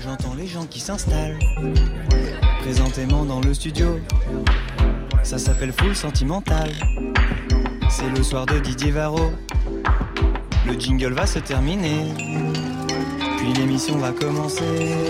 J'entends les gens qui s'installent présentément dans le studio. Ça s'appelle Full Sentimental. C'est le soir de Didier Varro. Le jingle va se terminer, puis l'émission va commencer.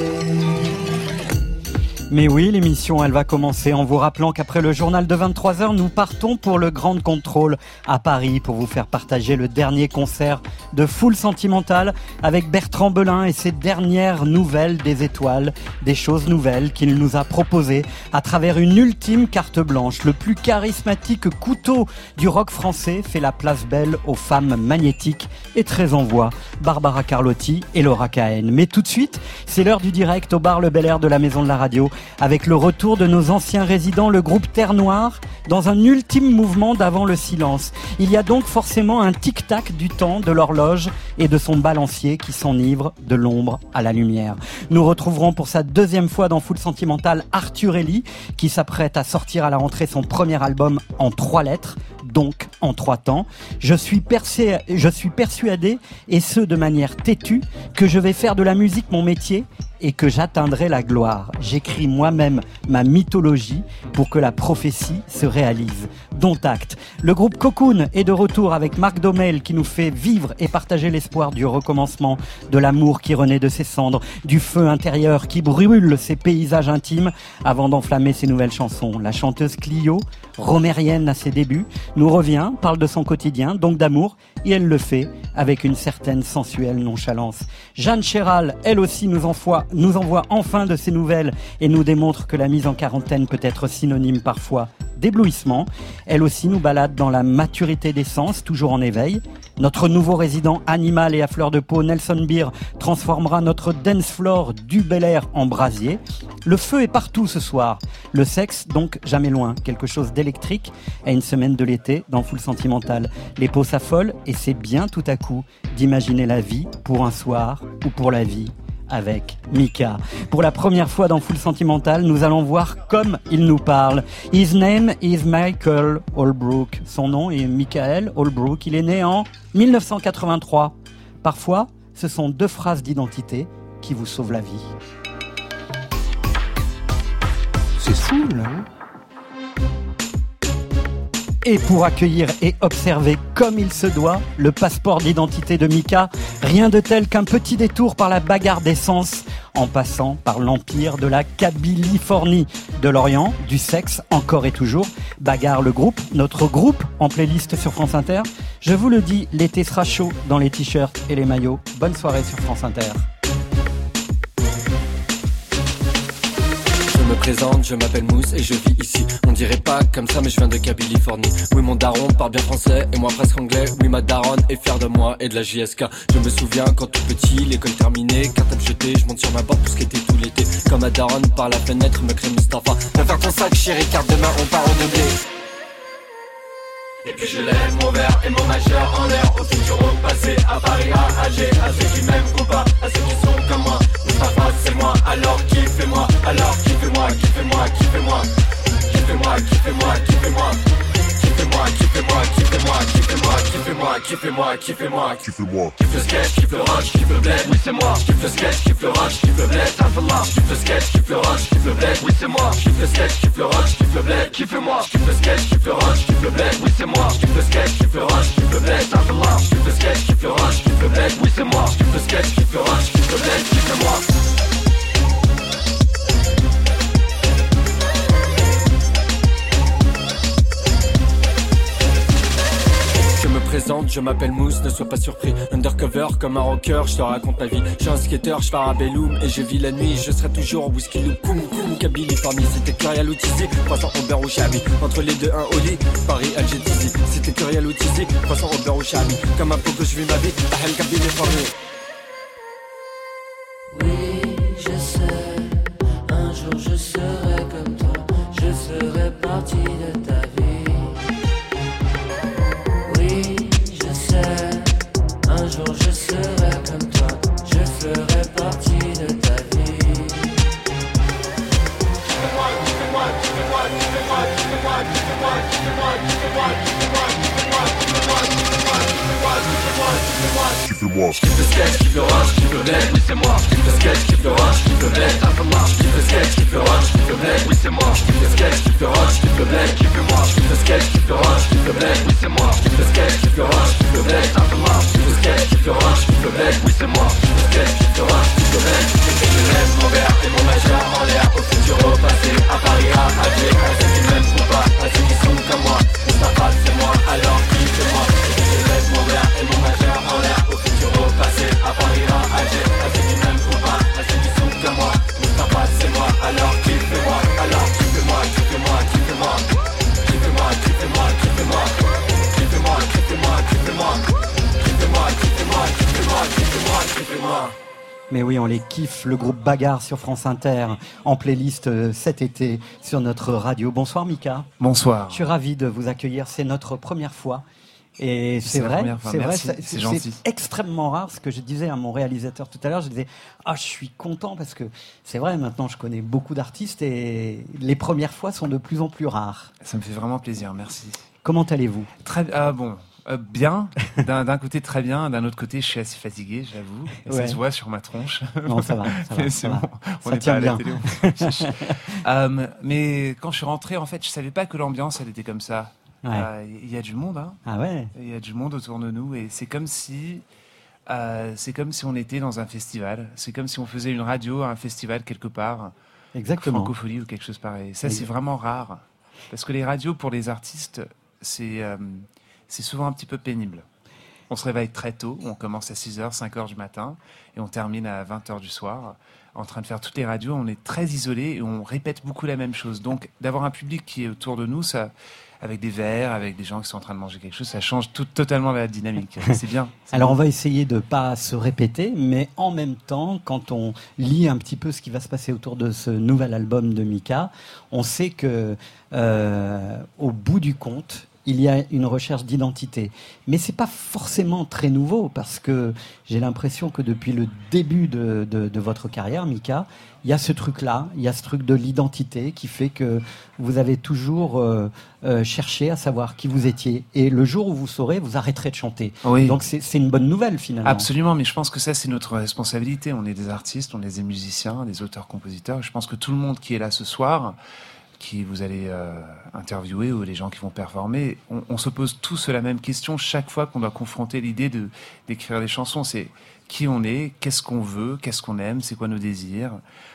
Mais oui, l'émission, elle va commencer en vous rappelant qu'après le journal de 23h, nous partons pour le Grand Contrôle à Paris pour vous faire partager le dernier concert de Full Sentimental avec Bertrand Belin et ses dernières nouvelles des étoiles, des choses nouvelles qu'il nous a proposées à travers une ultime carte blanche. Le plus charismatique couteau du rock français fait la place belle aux femmes magnétiques et très en voix, Barbara Carlotti et Laura Cahen. Mais tout de suite, c'est l'heure du direct au bar Le Bel Air de la Maison de la Radio, avec le retour de nos anciens résidents, le groupe Terre Noire, dans un ultime mouvement d'avant le silence. Il y a donc forcément un tic-tac du temps, de l'horloge et de son balancier qui s'enivre de l'ombre à la lumière. Nous retrouverons pour sa deuxième fois dans Full Sentimental Arthur Ellie, qui s'apprête à sortir à la rentrée son premier album en 3 lettres, donc en 3 temps. Je suis persuadé, et ce de manière têtue, que je vais faire de la musique mon métier et que j'atteindrai la gloire. J'écris moi-même ma mythologie pour que la prophétie se réalise. Dont acte. Le groupe Cocoon est de retour avec Marc Domel qui nous fait vivre et partager l'espoir du recommencement, de l'amour qui renaît de ses cendres, du feu intérieur qui brûle ses paysages intimes avant d'enflammer ses nouvelles chansons. La chanteuse Clio, romérienne à ses débuts, nous revient, parle de son quotidien, donc d'amour, et elle le fait avec une certaine sensuelle nonchalance. Jeanne Chéral, elle aussi, nous envoie enfin de ses nouvelles et nous démontre que la mise en quarantaine peut être synonyme parfois d'éblouissement. Elle aussi nous balade dans la maturité des sens, toujours en éveil. Notre nouveau résident animal et à fleur de peau, Nelson Beer, transformera notre dance floor du Bel Air en brasier. Le feu est partout ce soir. Le sexe, donc, jamais loin. Quelque chose d'électrique à une semaine de l'été dans Full Sentimental. Les peaux s'affolent et c'est bien tout à coup d'imaginer la vie pour un soir ou pour la vie avec Mika. Pour la première fois dans Full Sentimental, nous allons voir comme il nous parle. His name is Michael Holbrook. Son nom est Michael Holbrook. Il est né en 1983. Parfois, ce sont 2 phrases d'identité qui vous sauvent la vie. C'est fou, là. Et pour accueillir et observer comme il se doit le passeport d'identité de Mika, rien de tel qu'un petit détour par la bagarre des sens, en passant par l'empire de la Kabylie-Fornie, de l'Orient, du sexe, encore et toujours. Bagarre le groupe, notre groupe en playlist sur France Inter. Je vous le dis, l'été sera chaud dans les t-shirts et les maillots. Bonne soirée sur France Inter. Je me présente, je m'appelle Mousse et je vis ici. On dirait pas comme ça mais je viens de Kabylie-Fornie. Oui mon daron parle bien français et moi presque anglais. Oui ma daronne est fière de moi et de la JSK. Je me souviens quand tout petit, l'école terminée, cartable jeté, je monte sur ma porte tout ce qui était tout l'été. Quand ma daronne par la fenêtre me crée Mustapha. Viens faire ton sac chérie car demain on part au doublé. Et puis je lève mon verre et mon majeur en l'air. Au futur, au passé, à Paris, à Alger. À ceux qui m'aiment ou pas, à ceux qui sont comme moi. Mustapha c'est moi, alors kiffez-moi. Alors kiffez-moi, kiffez-moi, kiffez-moi. Kiffez-moi, kiffez-moi, kiffez-moi. Kiffez-moi, kiffez-moi, kiffez-moi, kiffez-moi, kiffez-moi, kiffez-moi, kiffez-moi, kiffez-moi. Kiffe le sketch, kiffe le rush, kiffe le bled, oui c'est moi. Kiffe le sketch, kiffe le rush, kiffe le bled, Alphallah. Kiffe le sketch, kiffe le rush, kiffe le bled, oui c'est moi. Kiffe le sketch, kiffe le rush, kiffe le bled, kiffez-moi. Kiffe le sketch, kiffe le rush, kiffe le bled, oui c'est moi. Kiffe le sketch, kiffe le rush, kiffe le bled, Alphallah. Kiffe le sketch, kiffe le rush, kiffe le bled, oui c'est moi. Kiffe le sketch, kiffe le rush, kiffe le bled, kiffez-moi. Je m'appelle Mousse, ne sois pas surpris. Undercover comme un rocker, je te raconte ma vie. Je suis un skater, je pars à Belloum et je vis la nuit. Je serai toujours whisky loop, koum koum, Kabylie-Fornie. C'était Curial ou Tizi, croissant au beurre ou chabi. Entre les deux, un Oli, Paris, Alger, Tizi. C'était Curial ou Tizi, croissant au beurre ou chabi. Comme un pot que je vis ma vie, Ahel Kabylie-Fornie. Oui, je sais, un jour je serai comme toi. Je serai partie de ta vie. Un jour je serai comme toi, je ferai partie de ta vie. Kiffez-moi, kiffez-moi, kiffez-moi, kiffez-moi, kiffez-moi, kiffez-moi, kiffez-moi, kiffez-moi, kiffez-moi, kiffez-moi, kiffez-moi, kiffez-moi, kiffez-moi, kiffez-moi. Je kiffe le sketch, kiffe le rush, kiffe le bled, oui c'est moi. Je kiffe le sketch, kiffe le rush, kiffe kiffe le bled, un peu moi. Je kiffe le sketch, je kiffe le rock, je kiffe le bled, oui c'est moi. Je kiffe le sketch, je kiffe le rock, je kiffe le bled, kiffez-moi. Je kiffe le sketch, je kiffe le rock, je kiffe le bled, oui c'est moi. Je kiffe le sketch, je kiffe le rock, je kiffe le bled, un peu moi. Je kiffe le sketch, je kiffe le rock, je kiffe le bled, oui c'est moi. Je kiffe le sketch, je kiffe le rock, je kiffe le bled. Je lève mon verre et mon majeur en l'air, au futur, au passé, à Paris, à Alger, à ceux qui m'aiment ou pas, à ceux qui sont comme moi. Mustafa c'est moi, alors kiffez-moi. Je lève mon verre et mon majeur en l'air, au futur, au passé, à Paris, à Alger, à ceux qui m'aiment ou pas, à ceux qui sont comme moi. Mustafa c'est moi, alors kiffez-moi, alors kiffez-moi, kiffez-moi, kiffez-moi. Kiffez-moi, kiffez-moi, kiffez-moi. Kiffez-moi, kiffez-moi, kiffez-moi. Kiffez-moi, kiffez-moi, kiffez-moi, kiffez-moi, kiffez-moi. Mais oui, on les kiffe, le groupe Bagarre sur France Inter, en playlist cet été sur notre radio. Bonsoir Mika. Bonsoir. Je suis ravi de vous accueillir, c'est notre première fois. Et c'est vrai, c'est gentil. extrêmement rare. Ce que je disais à mon réalisateur tout à l'heure, je disais je suis content parce que c'est vrai, maintenant je connais beaucoup d'artistes et les premières fois sont de plus en plus rares. Ça me fait vraiment plaisir, merci. Comment allez-vous ? Très bien, d'un côté très bien, d'un autre côté je suis assez fatigué, j'avoue. Et ça se voit sur ma tronche. Non, ça va. C'est bon, on ça n'est tient pas à bien. la télé. Mais quand je suis rentré, en fait, je savais pas que l'ambiance elle était comme ça. Ouais. Il y a du monde, hein. Ah ouais. Il y a du monde autour de nous et c'est comme si on était dans un festival. C'est comme si on faisait une radio à un festival quelque part. Exactement. Francophonie ou quelque chose pareil. Ça, c'est vraiment rare. Parce que les radios, pour les artistes, c'est souvent un petit peu pénible. On se réveille très tôt, on commence à 6h, 5h du matin et on termine à 20h du soir. En train de faire toutes les radios, on est très isolé et on répète beaucoup la même chose. Donc, d'avoir un public qui est autour de nous, ça, avec des verres, avec des gens qui sont en train de manger quelque chose, ça change totalement la dynamique. C'est bien. Alors on va essayer de pas se répéter, mais en même temps, quand on lit un petit peu ce qui va se passer autour de ce nouvel album de Mika, on sait que au bout du compte, il y a une recherche d'identité. Mais c'est pas forcément très nouveau, parce que j'ai l'impression que depuis le début de votre carrière, Mika, il y a ce truc-là, il y a ce truc de l'identité qui fait que vous avez toujours cherché à savoir qui vous étiez. Et le jour où vous saurez, vous arrêterez de chanter. Oui. Donc c'est une bonne nouvelle, finalement. Absolument, mais je pense que ça, c'est notre responsabilité. On est des artistes, on est des musiciens, des auteurs-compositeurs. Je pense que tout le monde qui est là ce soir, qui vous allez interviewer, ou les gens qui vont performer, on se pose tous la même question chaque fois qu'on doit confronter l'idée d'écrire des chansons. C'est qui on est, qu'est-ce qu'on veut, qu'est-ce qu'on aime, c'est quoi nos désirs.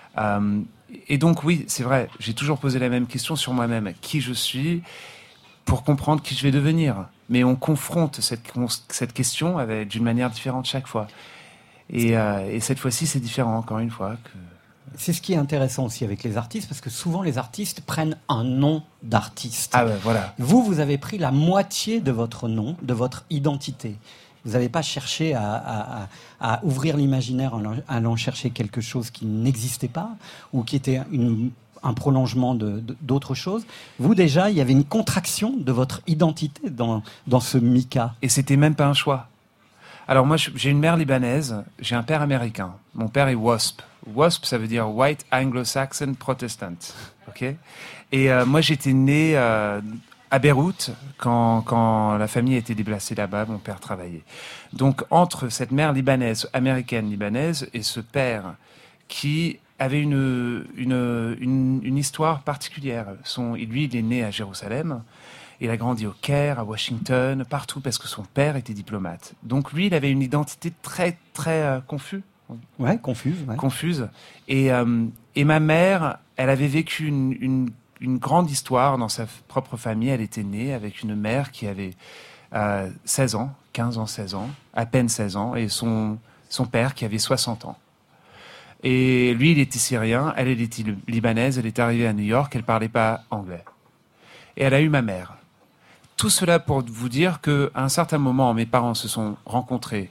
Et donc oui, c'est vrai, j'ai toujours posé la même question sur moi-même, qui je suis, pour comprendre qui je vais devenir. Mais on confronte cette question d'une manière différente chaque fois. Et cette fois-ci, c'est différent, encore une fois. C'est ce qui est intéressant aussi avec les artistes, parce que souvent les artistes prennent un nom d'artiste. Ah ben voilà. Vous avez pris la moitié de votre nom, de votre identité. Vous n'avez pas cherché à ouvrir l'imaginaire en allant chercher quelque chose qui n'existait pas, ou qui était un prolongement d'autre chose. Vous, déjà, il y avait une contraction de votre identité dans ce Mika. Et c'était même pas un choix. Alors moi, j'ai une mère libanaise, j'ai un père américain. Mon père est WASP. WASP, ça veut dire White Anglo-Saxon Protestant. Okay. Et moi, j'étais né à Beyrouth quand la famille a été déplacée là-bas. Mon père travaillait. Donc entre cette mère libanaise, américaine-libanaise, et ce père qui avait une histoire particulière. Lui, il est né à Jérusalem. Il a grandi au Caire, à Washington, partout, parce que son père était diplomate. Donc lui, il avait une identité très, très confuse. Ouais, confuse. Ouais. Confuse. Et ma mère, elle avait vécu une grande histoire dans sa propre famille. Elle était née avec une mère qui avait 16 ans, 15 ans, 16 ans, à peine 16 ans, et son père qui avait 60 ans. Et lui, il était syrien, elle était libanaise, elle est arrivée à New York, elle ne parlait pas anglais. Et elle a eu ma mère. Tout cela pour vous dire qu'à un certain moment, mes parents se sont rencontrés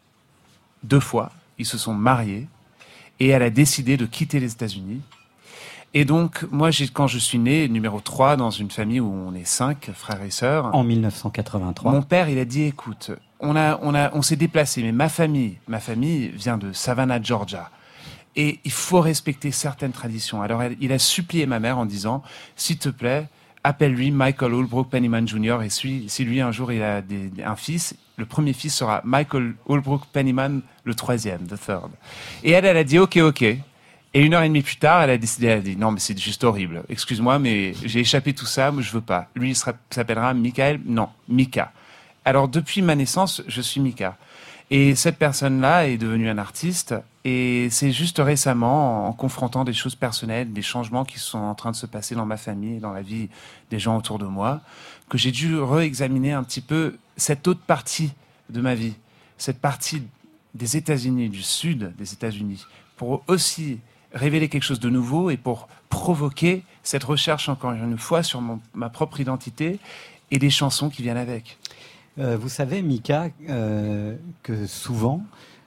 2 fois, ils se sont mariés, et elle a décidé de quitter les États-Unis. Et donc, moi, quand je suis né, numéro 3, dans une famille où on est 5 frères et sœurs. En 1983. Mon père, il a dit, écoute, on s'est déplacé, mais ma famille vient de Savannah, Georgia. Et il faut respecter certaines traditions. Alors, il a supplié ma mère en disant, s'il te plaît, appelle-lui Michael Holbrook Pennyman Jr. Et si lui, un jour, il a un fils, le premier fils sera Michael Holbrook Pennyman, le 3e, the third. Et elle a dit OK. Et 1h30 plus tard, elle a décidé, elle a dit, non, mais c'est juste horrible. Excuse-moi, mais j'ai échappé tout ça, moi je veux pas. Lui, il s'appellera Michael, non, Mika. Alors, depuis ma naissance, je suis Mika. Et cette personne-là est devenue un artiste. Et c'est juste récemment, en confrontant des choses personnelles, des changements qui sont en train de se passer dans ma famille et dans la vie des gens autour de moi, que j'ai dû réexaminer un petit peu cette autre partie de ma vie. Cette partie des États-Unis, du sud des États-Unis, pour aussi révéler quelque chose de nouveau et pour provoquer cette recherche encore une fois sur ma propre identité et les chansons qui viennent avec. Vous savez, Mika, que souvent,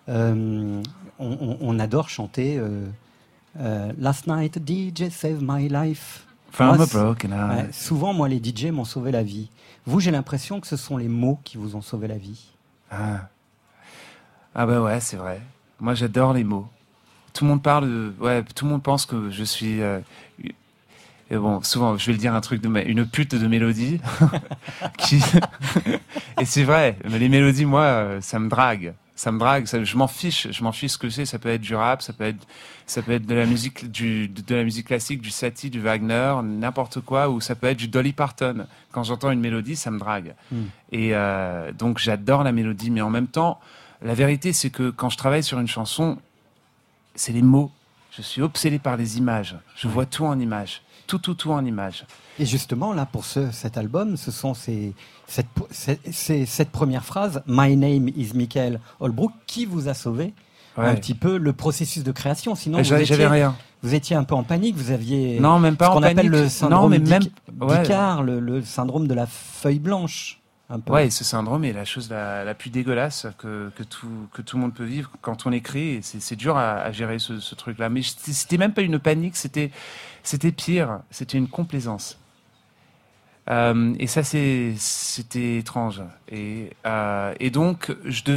on adore chanter Last night, DJ saved my life. From a broken heart. Ouais, souvent, moi, les DJ m'ont sauvé la vie. Vous, j'ai l'impression que ce sont les mots qui vous ont sauvé la vie. Ah ben ouais, c'est vrai. Moi, j'adore les mots. Tout le monde tout le monde pense que je suis. Et bon, souvent, je vais le dire un truc une pute de mélodie. Et c'est vrai. Mais les mélodies, moi, ça me drague. Je m'en fiche ce que c'est. Ça peut être du rap, ça peut être de la musique, de la musique classique, du Satie, du Wagner, n'importe quoi, ou ça peut être du Dolly Parton. Quand j'entends une mélodie, ça me drague. Et donc, j'adore la mélodie, mais en même temps, la vérité, c'est que quand je travaille sur une chanson, c'est les mots. Je suis obsédé par les images. Je vois tout en images. Tout en images. Et justement, là, pour cet album, ce sont cette première phrase, « My name is Michael Holbrook », qui vous a sauvé un petit peu le processus de création. Sinon, j'avais rien. Vous étiez un peu en panique, vous aviez non, même pas ce qu'on en panique. appelle le syndrome ouais. d'Icare, le syndrome de la feuille blanche. Un peu. Ouais, ce syndrome est la chose la plus dégueulasse que tout le monde peut vivre quand on écrit. Et c'est dur à gérer ce truc-là. Mais c'était même pas une panique, c'était pire. C'était une complaisance. Et ça, c'était étrange. Et donc,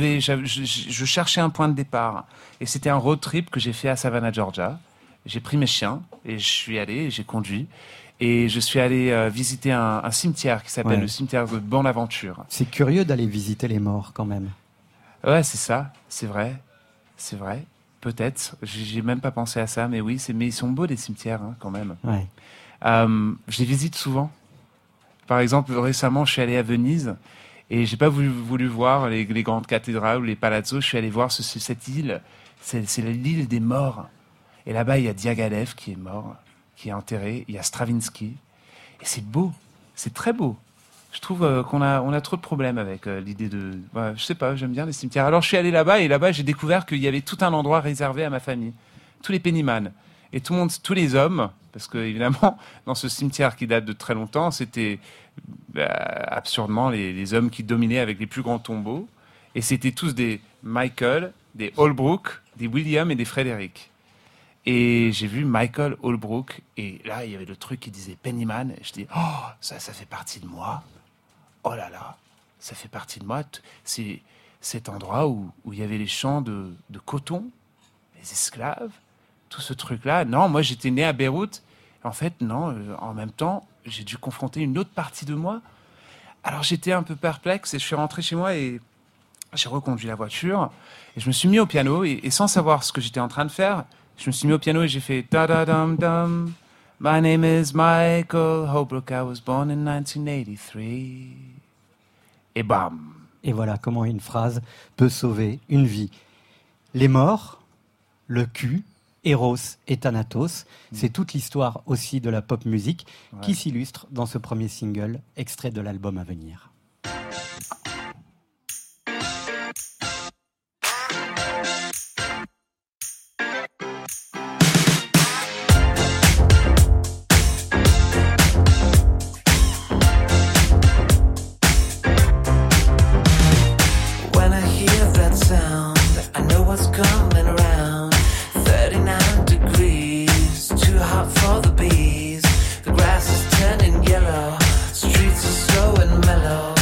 je cherchais un point de départ. Et c'était un road trip que j'ai fait à Savannah, Georgia. J'ai pris mes chiens et je suis allé, j'ai conduit. Et je suis allé visiter un cimetière qui s'appelle le cimetière de Bonaventure. C'est curieux d'aller visiter les morts, quand même. Ouais, c'est ça. C'est vrai. Peut-être. J'ai même pas pensé à ça, mais oui. Mais ils sont beaux, les cimetières, hein, quand même. Ouais. Je les visite souvent. Par exemple, récemment, je suis allé à Venise et j'ai pas voulu voir les grandes cathédrales ou les palazzos. Je suis allé voir cette île. C'est l'île des morts. Et là-bas, il y a Diaghilev qui est mort, qui est enterré. Il y a Stravinsky. Et c'est beau. C'est très beau. Je trouve qu'on a trop de problèmes avec l'idée de... Ouais, je sais pas, j'aime bien les cimetières. Alors, je suis allé là-bas et là-bas, j'ai découvert qu'il y avait tout un endroit réservé à ma famille. Tous les Pennyman. Et tout le monde, tous les hommes, parce que évidemment, dans ce cimetière qui date de très longtemps, c'était absurdement les hommes qui dominaient avec les plus grands tombeaux. Et c'était tous des Michael, des Holbrook, des William et des Frédéric. Et j'ai vu Michael Holbrook, et là, il y avait le truc qui disait Pennyman, et je dis, oh, ça fait partie de moi. Oh là là, ça fait partie de moi. C'est cet endroit où il y avait les champs de coton, les esclaves, tout ce truc-là. Non, moi, j'étais né à Beyrouth. En fait, non, en même temps, j'ai dû confronter une autre partie de moi. Alors, j'étais un peu perplexe, et je suis rentré chez moi, et j'ai reconduit la voiture, et je me suis mis au piano, et sans savoir ce que j'étais en train de faire, je me suis mis au piano et j'ai fait da-da-dum-dum. My name is Michael Holbrook. I was born in 1983. Et bam. Et voilà comment une phrase peut sauver une vie. Les morts, le cul, Eros et Thanatos, c'est toute l'histoire aussi de la pop musique qui s'illustre dans ce premier single, extrait de l'album à venir. Coming around 39 degrees, too hot for the bees. The grass is turning yellow, streets are slow and mellow.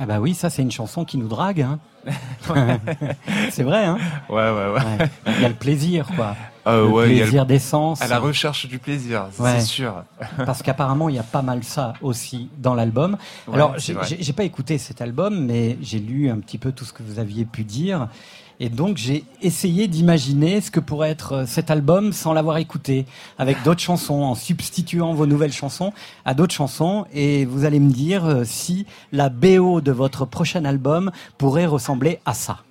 bah oui, ça c'est une chanson qui nous drague. Hein. C'est vrai, hein. Ouais. Il y a le plaisir, quoi. Le plaisir d'essence. À la recherche du plaisir, c'est sûr. Parce qu'apparemment, il y a pas mal ça aussi dans l'album. Ouais, alors, j'ai j'ai pas écouté cet album, mais j'ai lu un petit peu tout ce que vous aviez pu dire. Et donc, j'ai essayé d'imaginer ce que pourrait être cet album sans l'avoir écouté, avec d'autres chansons, en substituant vos nouvelles chansons à d'autres chansons. Et vous allez me dire si la BO de votre prochain album pourrait ressembler à ça.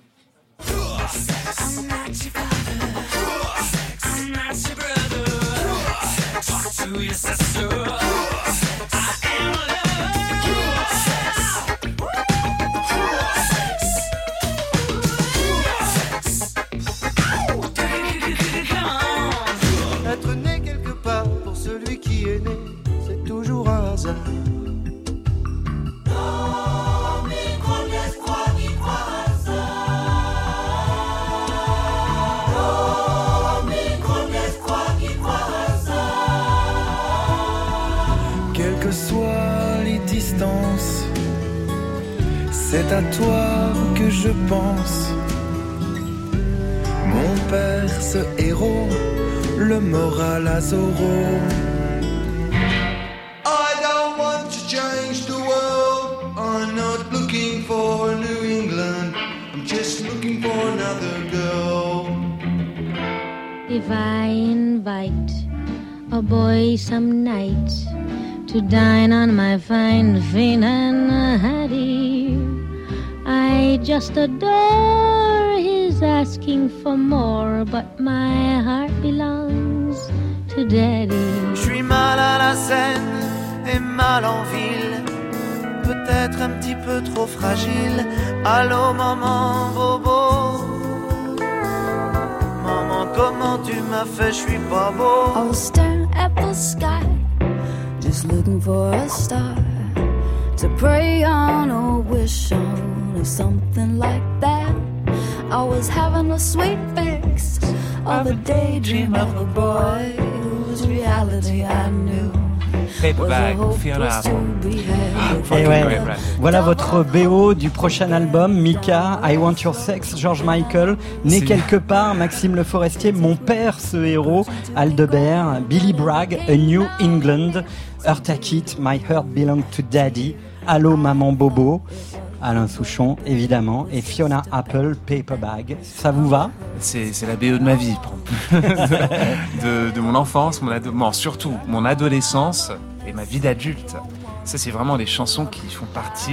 Être né quelque part pour celui qui est né, c'est toujours un hasard. Quelles que soient les distances, c'est à toi que je pense. Mon père, ce héros, le moral à Zorro. I don't want to change the world. I'm not looking for New England. I'm just looking for another girl. If I invite a boy some night to dine on my fine Finn and Hattie, I just adore his asking for more, but my heart belongs to Daddy. Je suis mal à la scène et mal en ville, peut-être un petit peu trop fragile. Allô maman bobo, maman comment tu m'as fait, je suis pas beau. I was staring at the sky, just looking for a star to pray on or wish on or something like that. I was having a sweet fix of a daydream of a boy whose reality I knew. Paperback, Fiona. Et ouais, voilà votre BO du prochain album, Mika, I Want Your Sex, George Michael, Né quelque part, Maxime Le Forestier, Mon père, ce héros, Aldebert, Billy Bragg, A New England, Eartha Kitt, My Heart Belongs to Daddy, Allô Maman Bobo, Alain Souchon évidemment, et Fiona Apple, Paper Bag. Ça vous va ? C'est la BO de ma vie, de mon enfance, surtout mon adolescence et ma vie d'adulte. Ça, c'est vraiment des chansons qui font partie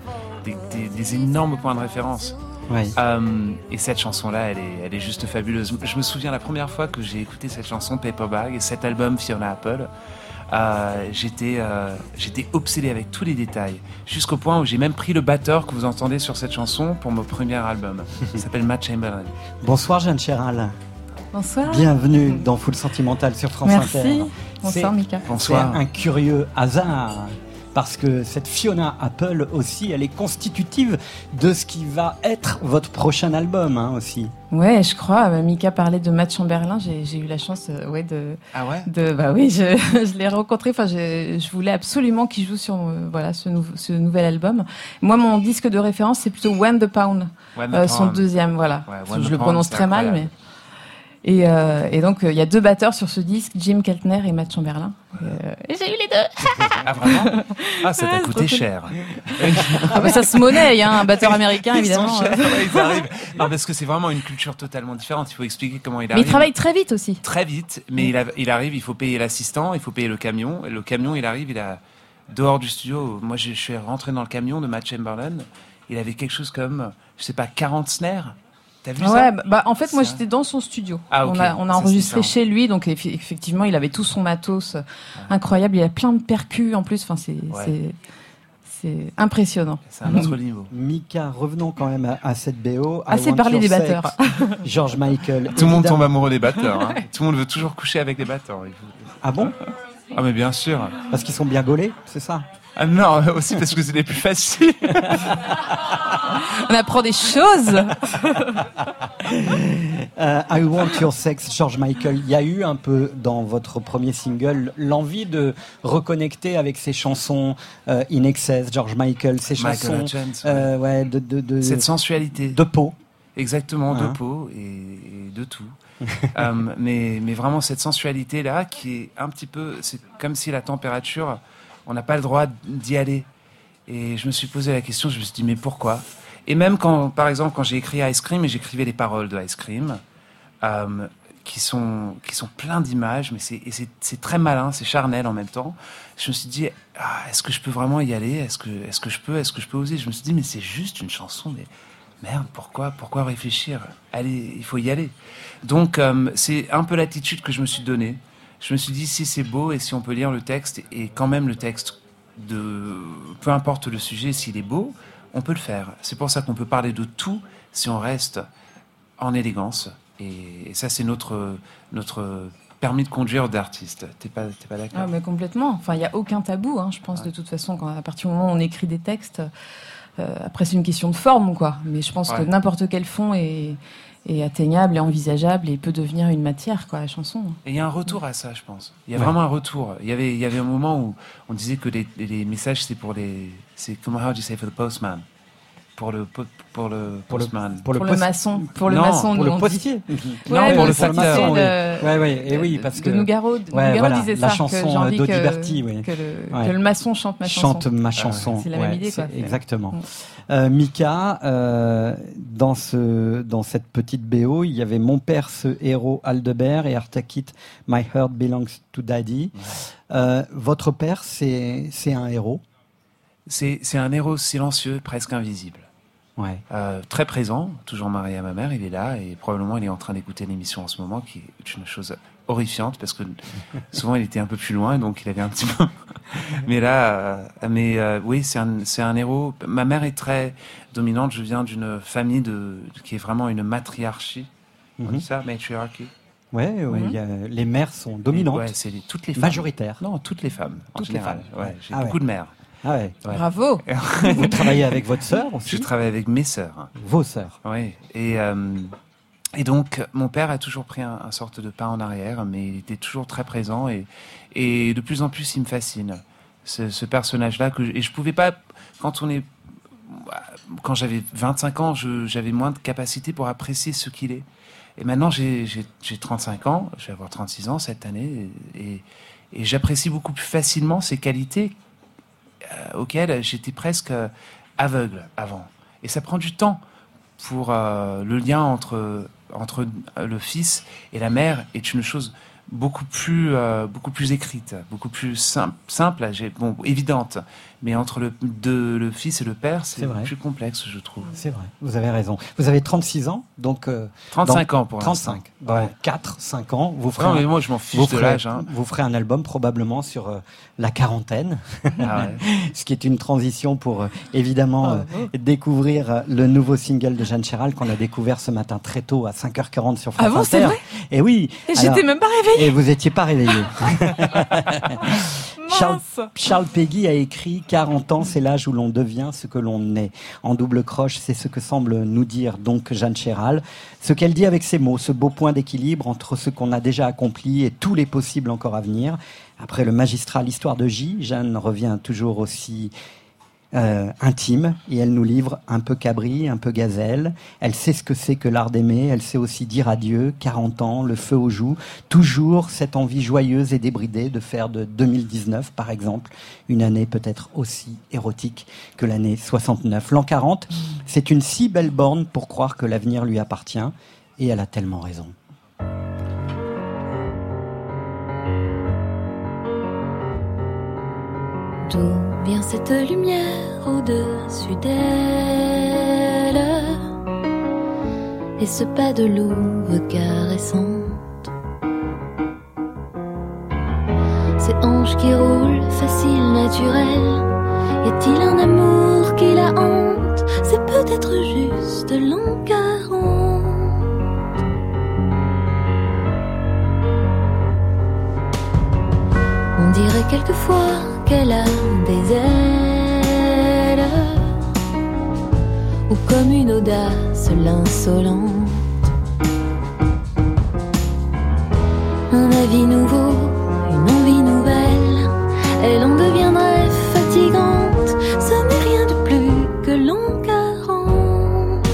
des énormes points de référence. Ouais. Et cette chanson-là, elle est juste fabuleuse. Je me souviens la première fois que j'ai écouté cette chanson, Paper Bag, et cet album Fiona Apple. J'étais obsédé avec tous les détails, jusqu'au point où j'ai même pris le batteur que vous entendez sur cette chanson pour mon premier album. Il s'appelle Matt Chamberlain. Bonsoir Jeanne Chéral. Bonsoir. Bienvenue dans Full Sentimental sur France Merci. Inter. Bonsoir Mika. Bonsoir. C'est un curieux hasard. Parce que cette Fiona Apple aussi, elle est constitutive de ce qui va être votre prochain album, hein, aussi. Ouais, je crois. Mika parlait de Matt Chamberlain. J'ai eu la chance, Ah ouais. Bah oui, je l'ai rencontré. Enfin, je voulais absolument qu'il joue sur ce nouvel album. Moi, mon disque de référence, c'est plutôt When the Pound, son deuxième. Voilà. Ouais, je le prononce très mal, mais. Et donc, il y a deux batteurs sur ce disque, Jim Keltner et Matt Chamberlain. Et j'ai eu les deux. Ah vraiment ? Ah, ça t'a coûté cher. Ah bah, ça se monnaie, hein, un batteur américain, évidemment. Ils sont chers, ils arrivent. Non, parce que c'est vraiment une culture totalement différente. Il faut expliquer comment il arrive. Mais il travaille très vite aussi. Très vite, mais il arrive, il faut payer l'assistant, il faut payer le camion. Et le camion, il arrive, il a dehors du studio. Moi, je suis rentré dans le camion de Matt Chamberlain. Il avait quelque chose comme, je sais pas, 40 snares. T'as vu ça ? En fait, moi, j'étais dans son studio. Ah, okay. On a enregistré chez lui, donc effectivement, il avait tout son matos incroyable. Il a plein de percus en plus. Enfin, c'est impressionnant. C'est un autre niveau. Mika, revenons quand même à cette BO. Assez parler des batteurs. George Michael. Tout le monde tombe amoureux des batteurs. Hein. Tout le monde veut toujours coucher avec des batteurs. Ah bon ? Ah mais bien sûr. Parce qu'ils sont bien gaulés, c'est ça ? Ah non, aussi parce que c'est les plus faciles. On apprend des choses. I Want Your Sex, George Michael. Il y a eu un peu dans votre premier single l'envie de reconnecter avec ces chansons In Excess, George Michael, ces chansons de cette sensualité de peau. Exactement, de peau et de tout. mais vraiment cette sensualité là qui est un petit peu, c'est comme si la température, on n'a pas le droit d'y aller. Et je me suis posé la question, je me suis dit mais pourquoi ? Et même par exemple quand j'ai écrit Ice Cream et j'écrivais les paroles de Ice Cream, qui sont pleins d'images, mais c'est très malin, c'est charnel en même temps. Je me suis dit est-ce que je peux vraiment y aller ? Est-ce que je peux oser ? Je me suis dit mais c'est juste une chanson, mais merde, pourquoi réfléchir ? Allez, il faut y aller. Donc, c'est un peu l'attitude que je me suis donnée. Je me suis dit, si c'est beau et si on peut lire le texte, et quand même le texte, peu importe le sujet, s'il est beau, on peut le faire. C'est pour ça qu'on peut parler de tout si on reste en élégance. Et ça, c'est notre permis de conduire d'artiste. T'es pas d'accord ? Ah, mais complètement. Enfin, il n'y a aucun tabou, je pense, de toute façon, à partir du moment où on écrit des textes... après, c'est une question de forme, quoi. Mais je pense que n'importe quel fond est atteignable et envisageable et peut devenir une matière, quoi, la chanson. Et il y a un retour à ça, je pense. Il y a vraiment un retour. Il y avait un moment où on disait que les messages, c'est pour c'est comment how do you say for the postman? Pour le postman. Pour le maçon. Pour le maçon, pour le postier. Non, pour le maçon. Oui, parce que de Nougaro disait ça, la chanson d'Audiberti, que le maçon chante ma chanson. Chante ma chanson. C'est la même idée, quoi. Exactement. Mika, dans cette petite BO, il y avait Mon père, ce héros Aldebert et Artakit, My Heart Belongs to Daddy. Votre père, c'est un héros. C'est un héros silencieux, presque invisible. Ouais. Très présent, toujours marié à ma mère, il est là et probablement il est en train d'écouter l'émission en ce moment, qui est une chose horrifiante parce que souvent il était un peu plus loin, donc il avait un petit peu. Mais là, oui, c'est un héros. Ma mère est très dominante. Je viens d'une famille qui est vraiment une matriarchie. On dit ça, matriarchy. Ouais, les mères sont dominantes. Ouais, c'est toutes les femmes. Majoritaires. Non, toutes les femmes. En général. Ouais, j'ai beaucoup de mères. Ah ouais. Bravo. Vous travaillez avec votre sœur aussi ? Je travaille avec mes sœurs. Vos sœurs. Oui. Et donc, mon père a toujours pris un sorte de pas en arrière, mais il était toujours très présent et de plus en plus, il me fascine. Ce personnage-là et je pouvais pas, quand j'avais 25 ans, j'avais moins de capacité pour apprécier ce qu'il est. Et maintenant, j'ai 35 ans, je vais avoir 36 ans cette année, et j'apprécie beaucoup plus facilement ses qualités auxquelles j'étais presque aveugle avant. Et ça prend du temps pour le lien entre le fils et la mère est une chose beaucoup plus écrite, beaucoup plus simple, évidente. Mais entre le fils et le père, c'est plus complexe, je trouve. C'est vrai, vous avez raison. Vous avez 36 ans, donc... 35 ans pour l'instant. 35. Dans 4-5 ans, vous ferez... Non, mais moi, je m'en fiche de l'âge. Vous ferez un album probablement sur la quarantaine. Ah ouais. Ce qui est une transition pour, évidemment, découvrir le nouveau single de Jeanne Chéral qu'on a découvert ce matin très tôt à 5h40 sur France Inter. C'est vrai ? Et oui. Et j'étais même pas réveillée. Et vous étiez pas réveillée. Charles Péguy a écrit « 40 ans, c'est l'âge où l'on devient ce que l'on est ». En double croche, c'est ce que semble nous dire donc Jeanne Chéral. Ce qu'elle dit avec ces mots, ce beau point d'équilibre entre ce qu'on a déjà accompli et tous les possibles encore à venir. Après le magistral Histoire de J, Jeanne revient toujours aussi... intime, et elle nous livre un peu cabri, un peu gazelle. Elle sait ce que c'est que l'art d'aimer, elle sait aussi dire adieu, 40 ans, le feu aux joues, toujours cette envie joyeuse et débridée de faire de 2019, par exemple, une année peut-être aussi érotique que l'année 69. L'an 40, c'est une si belle borne pour croire que l'avenir lui appartient, et elle a tellement raison. D'où vient cette lumière au-dessus d'elle et ce pas de louve caressante, ces hanches qui roulent facile, naturel. Y a-t-il un amour qui la hante? C'est peut-être juste l'an 40. On dirait quelquefois qu'elle a des ailes, ou comme une audace l'insolente. Un avis nouveau, une envie nouvelle, elle en deviendrait fatigante. Ce n'est rien de plus que l'an 40.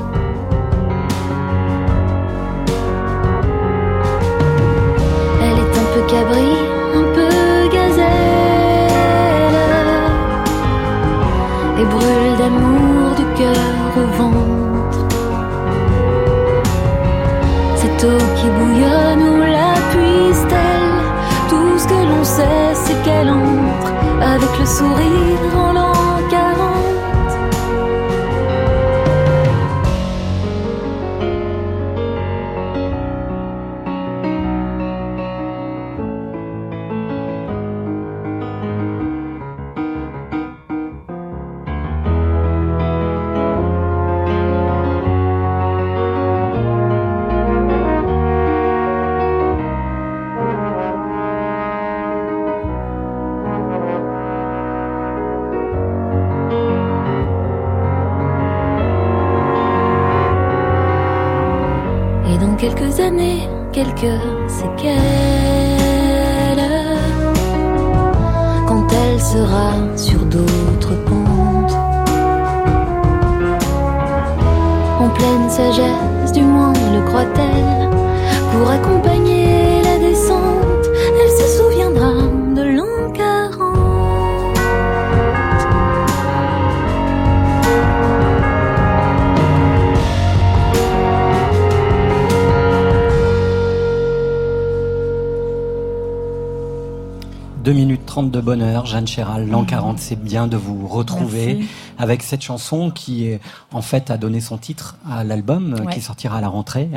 Elle est un peu cabri, un peu gazelle, et brûle d'amour du cœur au ventre. Cette eau qui bouillonne, où la puise-t-elle? Tout ce que l'on sait, c'est qu'elle entre avec le sourire en l'an 40. Quelques années, quelques séquelles, quand elle sera sur d'autres pentes, en pleine sagesse, du moins le croit-elle, pour accompagner la descente, elle se souviendra de l'an 40. Deux minutes 30 de bonheur, Jeanne Chéral, l'an 40, c'est bien de vous retrouver. Merci. Avec cette chanson qui est, en fait, a donné son titre à l'album qui sortira à la rentrée.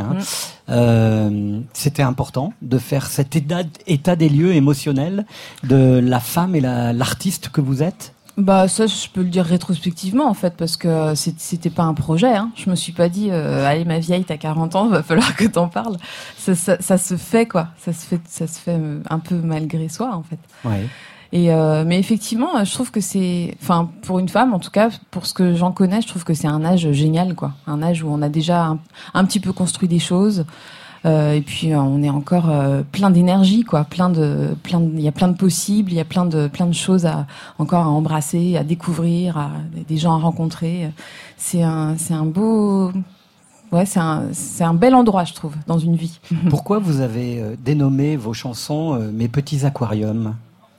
C'était important de faire cet état des lieux émotionnel de la femme et l'artiste que vous êtes. Bah ça, je peux le dire rétrospectivement en fait, parce que c'était pas un projet. Hein. Je me suis pas dit, allez ma vieille, t'as 40 ans, va falloir que t'en parles. Ça se fait quoi. Ça se fait un peu malgré soi en fait. Ouais. Et mais effectivement, je trouve que c'est, enfin pour une femme en tout cas, pour ce que j'en connais, je trouve que c'est un âge génial quoi. Un âge où on a déjà un petit peu construit des choses. Et puis on est encore plein d'énergie quoi, il y a plein de possibles, il y a plein de choses encore à embrasser, à découvrir, des gens à rencontrer. C'est un beau, c'est un bel endroit je trouve dans une vie. Pourquoi vous avez dénommé vos chansons Mes petits aquariums?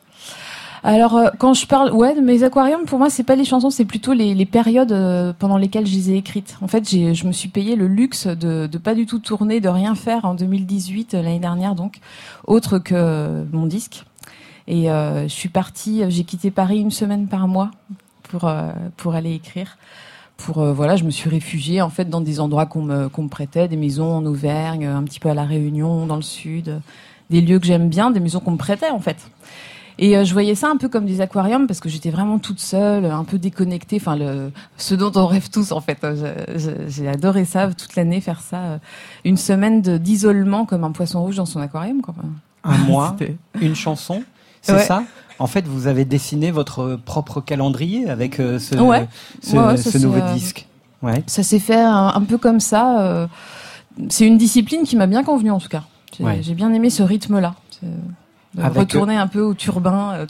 Alors quand je parle de mes aquariums, pour moi c'est pas les chansons, c'est plutôt les périodes pendant lesquelles je les ai écrites. En fait, je me suis payé le luxe de pas du tout tourner, de rien faire en 2018 l'année dernière donc, autre que mon disque. Et je suis partie, j'ai quitté Paris une semaine par mois pour aller écrire. Je me suis réfugiée en fait dans des endroits qu'on me prêtait, des maisons en Auvergne, un petit peu à la Réunion, dans le sud, des lieux que j'aime bien, des maisons qu'on me prêtait en fait. Et je voyais ça un peu comme des aquariums parce que j'étais vraiment toute seule, un peu déconnectée. Enfin, ce dont on rêve tous en fait. J'ai adoré ça toute l'année, faire ça, une semaine d'isolement comme un poisson rouge dans son aquarium. Quoi. Un mois, une chanson, c'est ça. En fait, vous avez dessiné votre propre calendrier avec ce nouveau disque. Ouais. Ça s'est fait un peu comme ça. C'est une discipline qui m'a bien convenu en tout cas. J'ai bien aimé ce rythme-là. Retourner un peu au turbin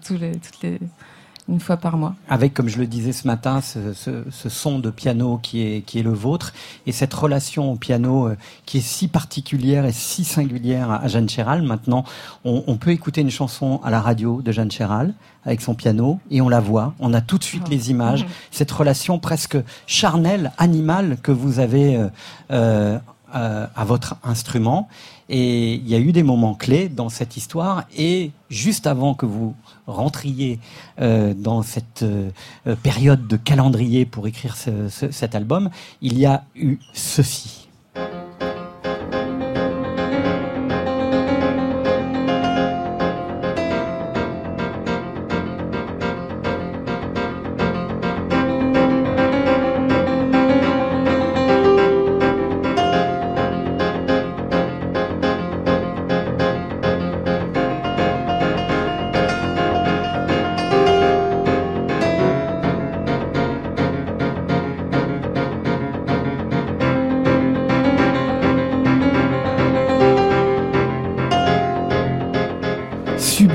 une fois par mois. Avec, comme je le disais ce matin, ce son de piano qui est le vôtre et cette relation au piano qui est si particulière et si singulière à Jeanne Chéral. Maintenant, on peut écouter une chanson à la radio de Jeanne Chéral avec son piano et on la voit, on a tout de suite les images, cette relation presque charnelle, animale que vous avez à votre instrument. Et il y a eu des moments clés dans cette histoire. Et juste avant que vous rentriez dans cette période de calendrier pour écrire cet album, il y a eu ceci.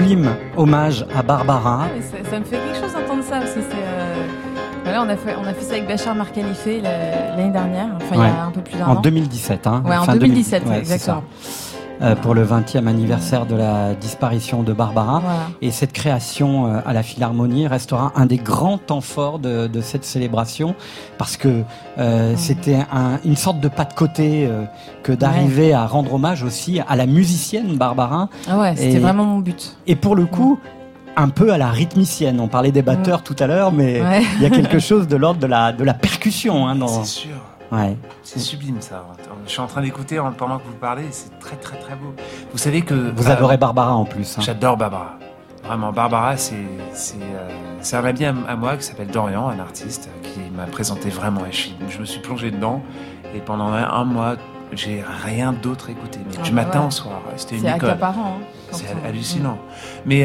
sublime hommage à Barbara. Ça me fait quelque chose d'entendre ça, parce que voilà, on a fait ça avec Bachar Mar Khalifa l'année dernière, il y a un peu plus d'un an. En 2017, hein. Ouais, en 2017, exactement. Pour le 20e anniversaire de la disparition de Barbara. Voilà. Et cette création à la Philharmonie restera un des grands temps forts de cette célébration, parce que c'était une sorte de pas de côté que d'arriver à rendre hommage aussi à la musicienne Barbara. Ah ouais, c'était vraiment mon but. Et pour le coup, un peu à la rythmicienne. On parlait des batteurs tout à l'heure, mais il y a quelque chose de l'ordre de la percussion. Hein, C'est sûr. Ouais. C'est sublime ça. Je suis en train d'écouter pendant que vous parlez, c'est très très très beau. Vous savez que... Vous adorez Barbara en plus. Hein. J'adore Barbara. Vraiment, Barbara, c'est un ami à moi qui s'appelle Dorian, un artiste, qui m'a présenté vraiment. Et je me suis plongé dedans, et pendant un mois, j'ai rien d'autre écouté. Mais du matin au soir, c'était une école. C'est accaparant. C'est hallucinant. Mais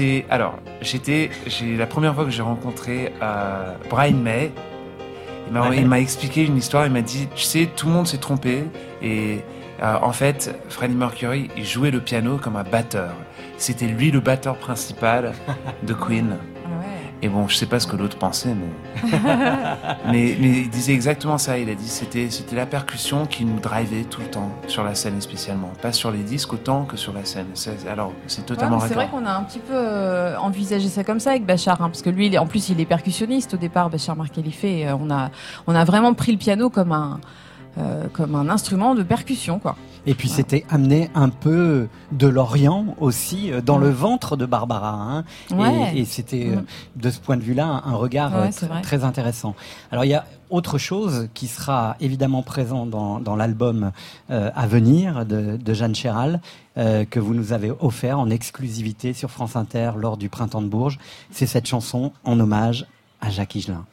la première fois que j'ai rencontré Brian May, il m'a expliqué une histoire. Il m'a dit, tu sais, tout le monde s'est trompé, et en fait, Freddie Mercury, il jouait le piano comme un batteur. C'était lui le batteur principal de Queen. Et bon, je sais pas ce que l'autre pensait, mais il disait exactement ça. Il a dit c'était la percussion qui nous drivait tout le temps sur la scène, et spécialement pas sur les disques autant que sur la scène. Alors c'est totalement c'est vrai qu'on a un petit peu envisagé ça comme ça avec Bachar, parce que lui, en plus, il est percussionniste au départ, Bachar Mar Khalifa, et on a vraiment pris le piano comme un instrument de percussion, quoi. Et puis c'était amené un peu de l'Orient aussi dans le ventre de Barbara, hein. Et c'était de ce point de vue-là un regard très intéressant. Alors il y a autre chose qui sera évidemment présent dans l'album à venir de Jeanne Chéral, que vous nous avez offert en exclusivité sur France Inter lors du Printemps de Bourges. C'est cette chanson en hommage à Jacques Higelin.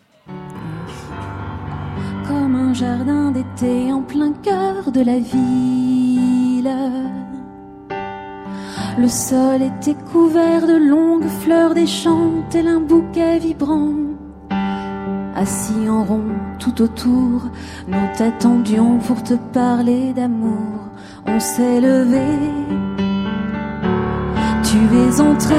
Comme un jardin d'été en plein cœur de la ville, le sol était couvert de longues fleurs des champs, tel un bouquet vibrant. Assis en rond tout autour, nous t'attendions pour te parler d'amour. On s'est levé, tu es entré.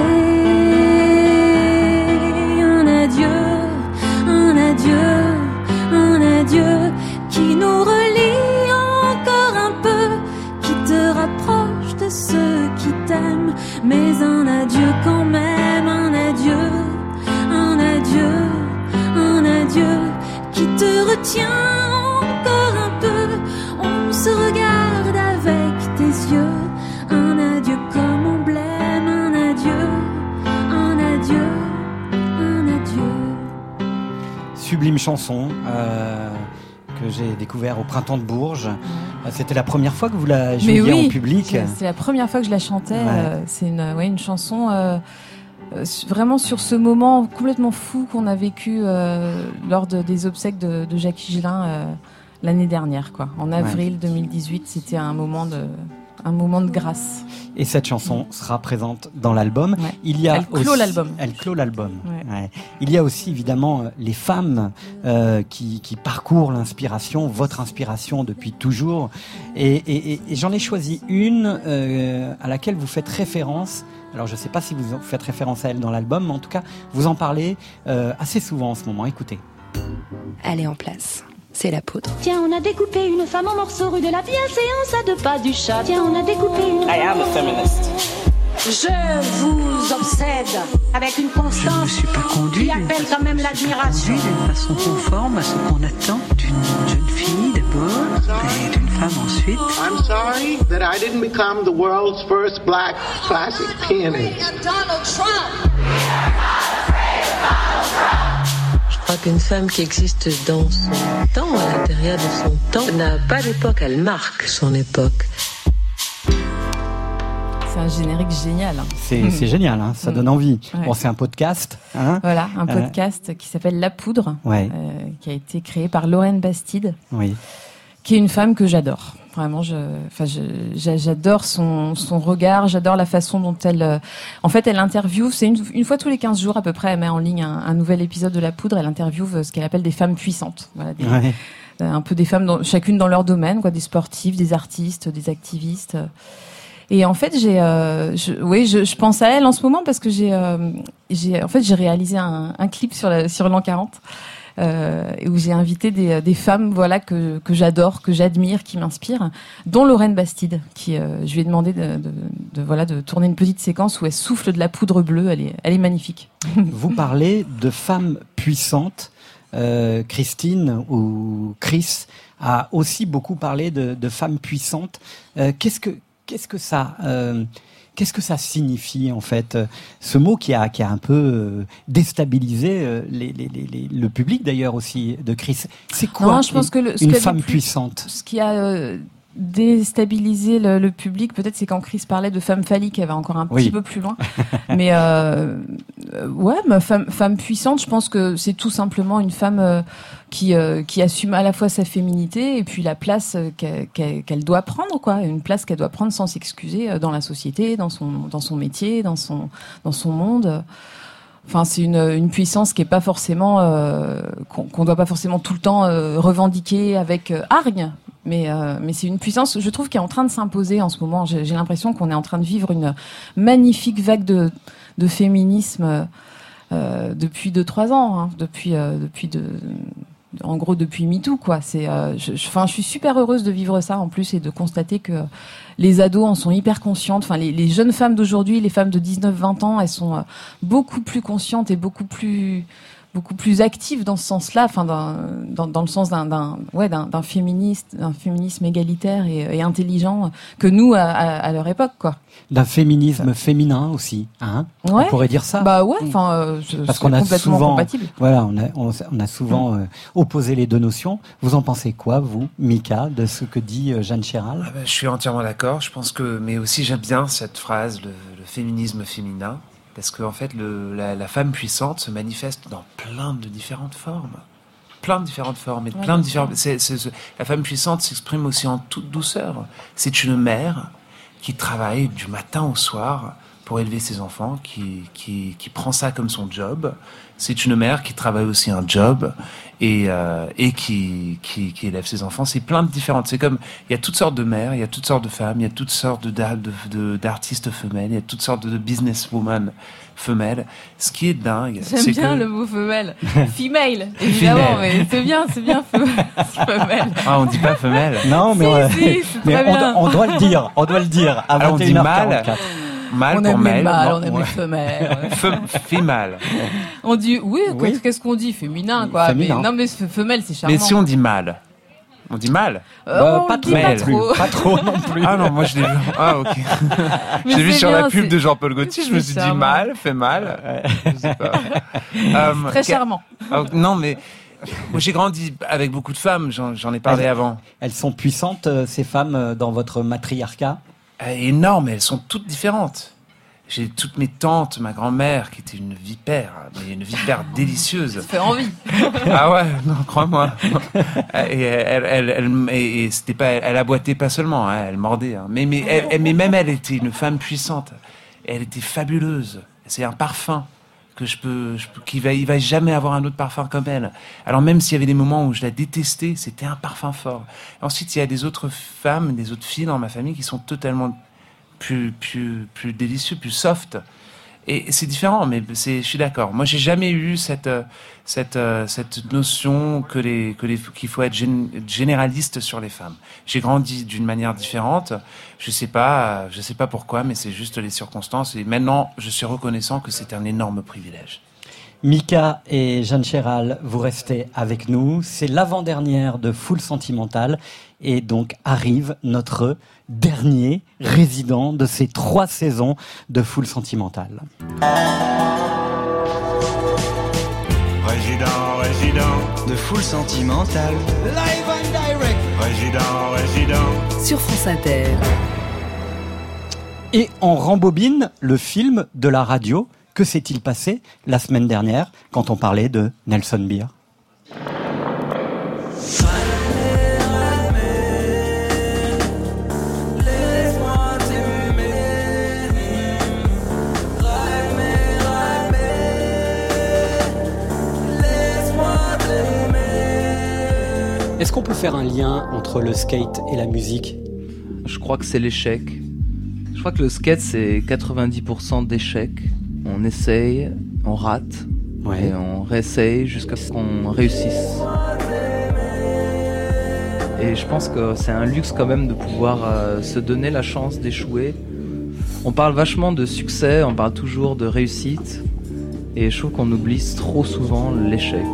Un adieu, un adieu, un adieu qui nous relie encore un peu, qui te rapproche de ceux qui t'aiment, mais un adieu quand même, un adieu, un adieu, un adieu qui te retient encore un peu. On se regarde avec tes yeux, un adieu comme emblème, un adieu, un adieu, un adieu. Sublime chanson que j'ai découvert au Printemps de Bourges. C'était la première fois que vous la jouiez en public. C'est la première fois que je la chantais. C'est une chanson vraiment sur ce moment complètement fou qu'on a vécu lors des obsèques de Jacques Higelin l'année dernière, quoi. En avril 2018, c'était un moment de grâce. Et cette chanson sera présente dans l'album. Ouais. Elle clôt l'album. Ouais. Il y a aussi évidemment les femmes qui parcourent l'inspiration, votre inspiration depuis toujours. Et j'en ai choisi une à laquelle vous faites référence. Alors je ne sais pas si vous faites référence à elle dans l'album, mais en tout cas vous en parlez assez souvent en ce moment. Écoutez. Elle est en place. C'est la poudre. Tiens, on a découpé une femme en morceaux rue de la bienséance à 2 pas du chat. Tiens, on a découpé une... I am a feminist. Je vous obsède avec une constance. Je ne me suis pas conduit qui appelle quand même l'admiration. D'une façon conforme à ce qu'on attend d'une jeune fille d'abord et d'une femme ensuite. I'm sorry that I didn't become the world's first black classic pianist. Donald Trump. Je crois qu'une femme qui existe dans son temps, à l'intérieur de son temps, n'a pas d'époque, elle marque son époque. C'est un générique génial. Hein. C'est génial, hein, ça donne envie. Ouais. Bon, c'est un podcast. Hein, voilà, un podcast qui s'appelle La Poudre, qui a été créé par Lorraine Bastide, qui est une femme que j'adore. Vraiment, j'adore son regard, j'adore la façon dont elle... en fait, elle interviewe, c'est une fois tous les 15 jours à peu près, elle met en ligne un nouvel épisode de La Poudre, elle interviewe ce qu'elle appelle des femmes puissantes. Voilà, un peu des femmes, chacune dans leur domaine, quoi, des sportifs, des artistes, des activistes... Et en fait, je pense à elle en ce moment parce que j'ai réalisé un clip sur l'an 40 où j'ai invité des femmes, voilà, que j'adore, que j'admire, qui m'inspirent, dont Lorraine Bastide, qui je lui ai demandé de tourner une petite séquence où elle souffle de la poudre bleue. Elle est magnifique. Vous parlez de femmes puissantes. Christine ou Chris a aussi beaucoup parlé de femmes puissantes. Qu'est-ce que ça signifie en fait, ce mot qui a un peu déstabilisé le public d'ailleurs aussi de Chris. C'est quoi je pense que une femme puissante? Ce qui a déstabilisé le public, peut-être, c'est quand Chris parlait de femme phallique, elle va encore un petit peu plus loin. Mais femme puissante, je pense que c'est tout simplement une femme qui assume à la fois sa féminité et puis la place qu'elle doit prendre, quoi, une place qu'elle doit prendre sans s'excuser dans la société, dans son métier, dans son monde. Enfin, c'est une puissance qui est pas forcément qu'on doit pas forcément tout le temps revendiquer avec hargne. Mais c'est une puissance, je trouve, qui est en train de s'imposer en ce moment. J'ai l'impression qu'on est en train de vivre une magnifique vague de féminisme depuis 2-3 ans, hein, en gros depuis MeToo, quoi. Je suis super heureuse de vivre ça en plus et de constater que les ados en sont hyper conscientes. Enfin, les jeunes femmes d'aujourd'hui, les femmes de 19-20 ans, elles sont beaucoup plus conscientes et beaucoup plus active dans ce sens-là, enfin dans le sens d'un féminisme égalitaire et intelligent que nous à leur époque, quoi. D'un féminisme féminin aussi, hein. Ouais. On pourrait dire ça. Bah ouais, enfin parce qu'on a complètement souvent, compatible. voilà, on a souvent opposé les deux notions. Vous en pensez quoi, vous, Mika, de ce que dit Jeanne Chéral? Je suis entièrement d'accord. Je pense mais aussi j'aime bien cette phrase, le féminisme féminin. Parce qu'en fait, la femme puissante se manifeste dans plein de différentes formes. La femme puissante s'exprime aussi en toute douceur. C'est une mère qui travaille du matin au soir pour élever ses enfants, qui prend ça comme son job. C'est une mère qui travaille aussi un job et qui élève ses enfants. C'est plein de différentes. C'est comme, il y a toutes sortes de mères, il y a toutes sortes de femmes, il y a toutes sortes d'artistes femelles, il y a toutes sortes de businesswomen femelles. Ce qui est dingue, c'est bien le mot femelle. Female, évidemment, mais c'est bien femelle. Ah, on dit pas femelle. Non, mais on doit le dire. À 21h44. On dit mâle on pour aime mâle. On aime les femelles. Female. On dit, oui. Qu'est-ce qu'on dit? Féminin, quoi. Féminin. Mais, non, mais femelle, c'est charmant. Mais si on dit mâle, on dit mâle. Pas trop non plus. Ah non, moi je l'ai vu. Ah ok. Je l'ai vu sur la pub de Jean-Paul Gaultier, je me suis dit mâle, fait mal. Je sais pas. Très charmant. Non, mais moi j'ai grandi avec beaucoup de femmes, j'en ai parlé avant. Elles sont puissantes, ces femmes, dans votre matriarcat? Énormes, elles sont toutes différentes. J'ai toutes mes tantes, ma grand-mère qui était une vipère délicieuse. Ça fait envie. Ah ouais, non, crois-moi. Et elle aboitait pas seulement, hein, elle mordait. Hein. Mais même elle était une femme puissante. Elle était fabuleuse. C'est un parfum il va jamais avoir un autre parfum comme elle. Alors même s'il y avait des moments où je la détestais, c'était un parfum fort. Ensuite, il y a des autres femmes, des autres filles dans ma famille qui sont totalement plus délicieux, plus soft. Et c'est différent, mais je suis d'accord. Moi, j'ai jamais eu cette notion qu'il faut être généraliste sur les femmes. J'ai grandi d'une manière différente. Je sais pas pourquoi, mais c'est juste les circonstances. Et maintenant, je suis reconnaissant que c'est un énorme privilège. Mika et Jeanne Chéral, vous restez avec nous. C'est l'avant-dernière de Full Sentimental. Et donc arrive notre dernier résident de ces 3 saisons de Full Sentimental. Résident de Full Sentimental. Live and direct. Résident. Sur France Inter. Et on rembobine le film de la radio. Que s'est-il passé la semaine dernière quand on parlait de Nelson Beer? Est-ce qu'on peut faire un lien entre le skate et la musique? Je crois que c'est l'échec. Je crois que le skate, c'est 90% d'échecs. On essaye, on rate, et on réessaye jusqu'à ce qu'on réussisse. Et je pense que c'est un luxe quand même de pouvoir se donner la chance d'échouer. On parle vachement de succès, on parle toujours de réussite. Et je trouve qu'on oublie trop souvent l'échec.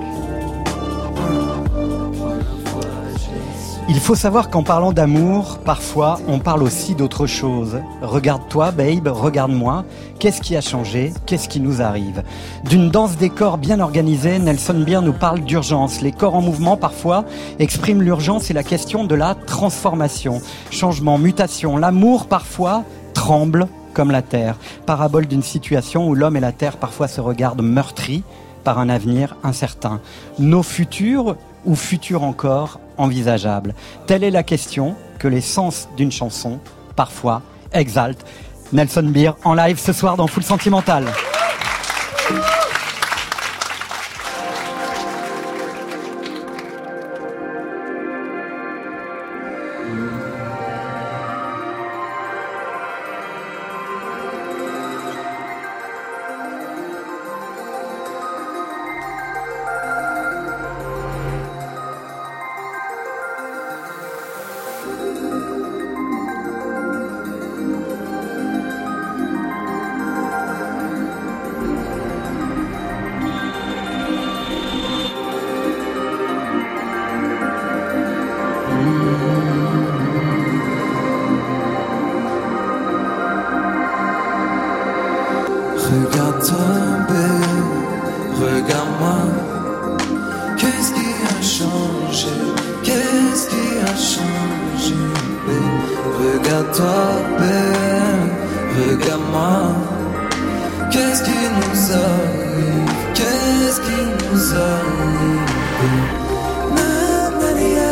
Il faut savoir qu'en parlant d'amour, parfois, on parle aussi d'autre chose. Regarde-toi, babe, regarde-moi. Qu'est-ce qui a changé? Qu'est-ce qui nous arrive? D'une danse des corps bien organisée, Nelson Beer nous parle d'urgence. Les corps en mouvement, parfois, expriment l'urgence et la question de la transformation. Changement, mutation. L'amour, parfois, tremble comme la terre. Parabole d'une situation où l'homme et la terre, parfois, se regardent meurtris par un avenir incertain. Nos futurs, ou futurs encore, envisageables. Telle est la question que les sens d'une chanson, parfois, exaltent. Nelson Beer en live ce soir dans Full Sentimental. Regarde-toi, belle, regarde-moi. Qu'est-ce qui a changé? Qu'est-ce qui a changé, belle? Regarde-toi, belle, regarde-moi. Qu'est-ce qui nous arrive? Qu'est-ce qui nous arrive? Nanalia,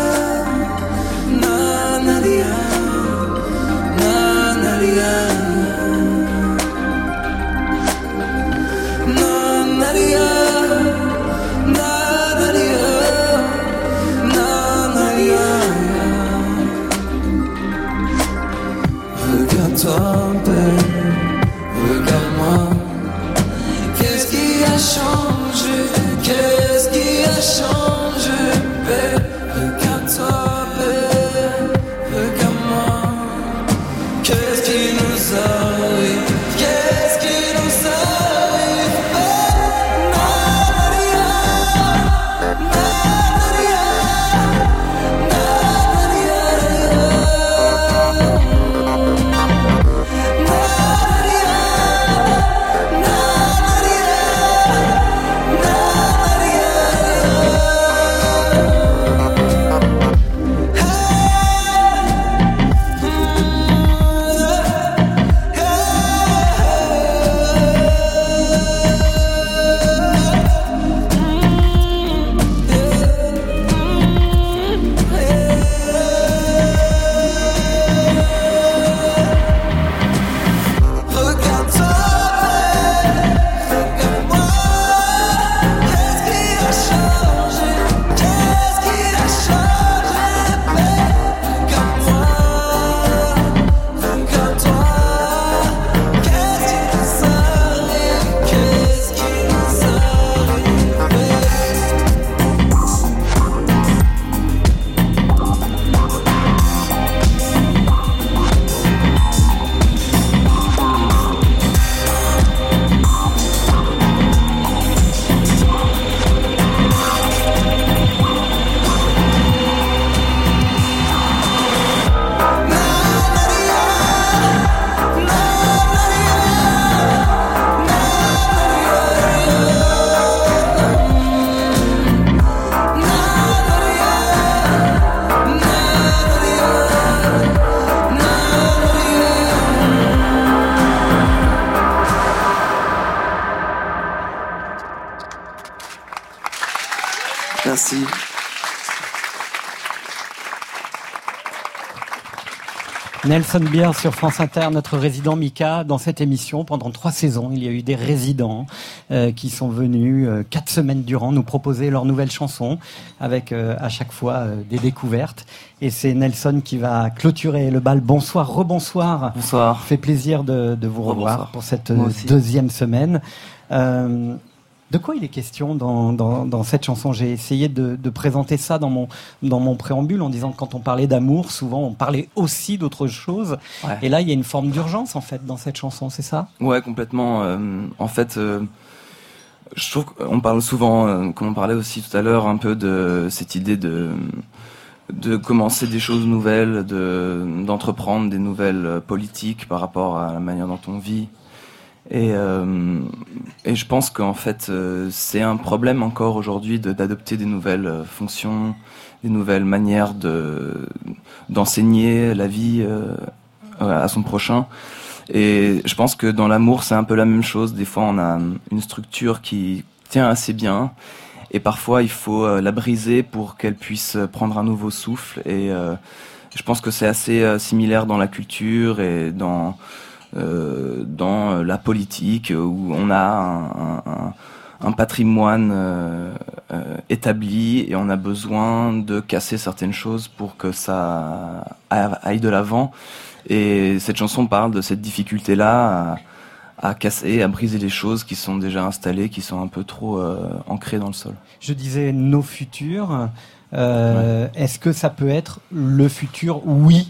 nanalia, nanalia. Regarde-toi, belle, regarde-moi. Qu'est-ce qui a changé? Qu'est-ce qui a changé, belle? Regarde-toi, belle, regarde-moi. Qu'est-ce qui nous arrive? Qu'est-ce qui nous arrive, belle? Nanalia, nanalia, Merci. Nelson Beer sur France Inter, notre résident Mika. Dans cette émission, pendant 3 saisons, il y a eu des résidents qui sont venus 4 semaines durant nous proposer leurs nouvelles chansons avec à chaque fois des découvertes. Et c'est Nelson qui va clôturer le bal. Bonsoir, rebonsoir. Bonsoir. Fait plaisir de vous revoir pour cette 2e semaine. De quoi il est question dans cette chanson? J'ai essayé de présenter ça dans mon préambule en disant que quand on parlait d'amour, souvent on parlait aussi d'autre chose. Ouais. Et là, il y a une forme d'urgence en fait dans cette chanson, c'est ça? Ouais, complètement. En fait, je trouve qu'on parle souvent, comme on parlait aussi tout à l'heure, un peu de cette idée de commencer des choses nouvelles, d'entreprendre des nouvelles politiques par rapport à la manière dont on vit. Et je pense qu'en fait c'est un problème encore aujourd'hui d'adopter des nouvelles fonctions, des nouvelles manières d'enseigner la vie à son prochain. Et je pense que dans l'amour c'est un peu la même chose. Des fois on a une structure qui tient assez bien et parfois il faut la briser pour qu'elle puisse prendre un nouveau souffle. Et je pense que c'est assez similaire dans la culture et dans la politique où on a un patrimoine établi et on a besoin de casser certaines choses pour que ça aille de l'avant. Et cette chanson parle de cette difficulté-là à casser, à briser les choses qui sont déjà installées, qui sont un peu trop ancrées dans le sol. Je disais nos futurs. Est-ce que ça peut être le futur? Oui.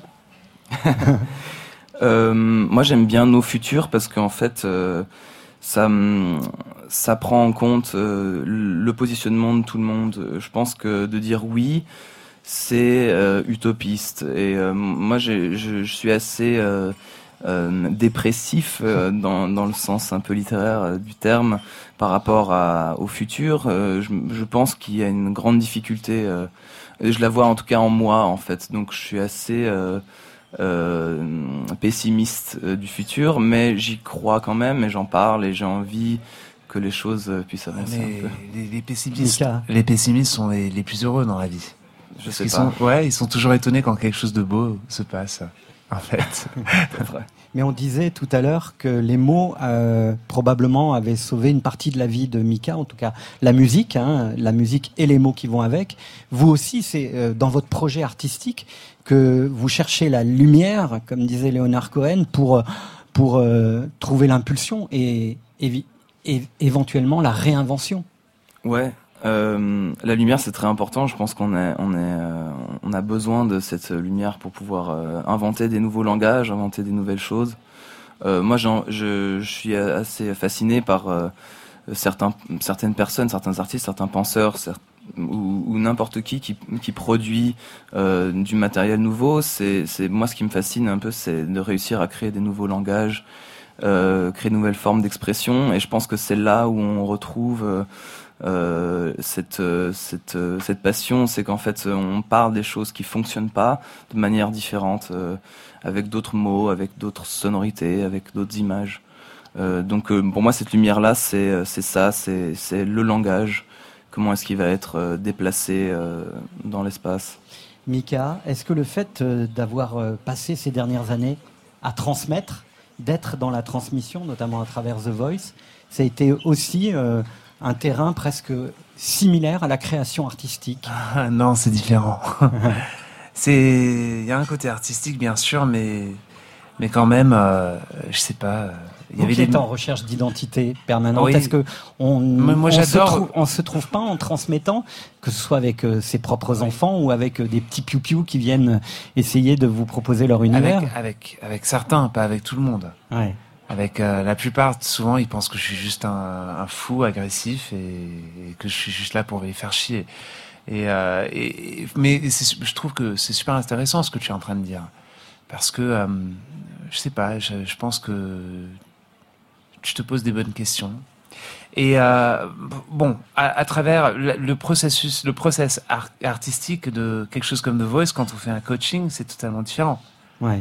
Moi j'aime bien nos futurs parce qu'en fait ça prend en compte le positionnement de tout le monde. Je pense que de dire oui c'est utopiste et moi je suis assez dépressif dans le sens un peu littéraire du terme par rapport au futur. Je pense qu'il y a une grande difficulté, je la vois en tout cas en moi en fait, donc je suis assez pessimiste du futur, mais j'y crois quand même et j'en parle et j'ai envie que les choses puissent avancer un peu. Les pessimistes sont les plus heureux dans la vie. Je sais pas. Ils sont toujours étonnés quand quelque chose de beau se passe, en fait. C'est vrai. Mais on disait tout à l'heure que les mots probablement avaient sauvé une partie de la vie de Mika, en tout cas la musique et les mots qui vont avec. Vous aussi, c'est dans votre projet artistique que vous cherchez la lumière, comme disait Leonard Cohen, pour trouver l'impulsion et éventuellement la réinvention. Ouais. La lumière c'est très important. Je pense qu'on a besoin de cette lumière pour pouvoir inventer des nouveaux langages, inventer des nouvelles choses. Moi je suis assez fasciné par certaines personnes, certains artistes, certains penseurs, ou n'importe qui produit du matériel nouveau. C'est moi ce qui me fascine un peu, c'est de réussir à créer des nouveaux langages, créer de nouvelles formes d'expression. Et je pense que c'est là où on retrouve cette passion, c'est qu'en fait on parle des choses qui fonctionnent pas de manière différente, avec d'autres mots, avec d'autres sonorités, avec d'autres images. Donc pour moi cette lumière là c'est ça, c'est le langage. Comment est-ce qu'il va être déplacé dans l'espace? Mika, est-ce que le fait d'avoir passé ces dernières années à transmettre, d'être dans la transmission, notamment à travers The Voice, ça a été aussi un terrain presque similaire à la création artistique? Non, c'est différent. Il y a un côté artistique, bien sûr, mais quand même, je sais pas. Il y avait des en recherche d'identité permanente. Oui. Est-ce que on se trouve pas en transmettant, que ce soit avec ses propres enfants ou avec des petits piou-piou qui viennent essayer de vous proposer leur univers? Avec certains, pas avec tout le monde. Ouais. Avec la plupart, souvent, ils pensent que je suis juste un fou agressif et que je suis juste là pour les faire chier. Mais je trouve que c'est super intéressant ce que tu es en train de dire, parce que je sais pas, je pense que tu te poses des bonnes questions. Et bon, à travers le process artistique de quelque chose comme The Voice, quand on fait un coaching, c'est totalement différent. Ouais.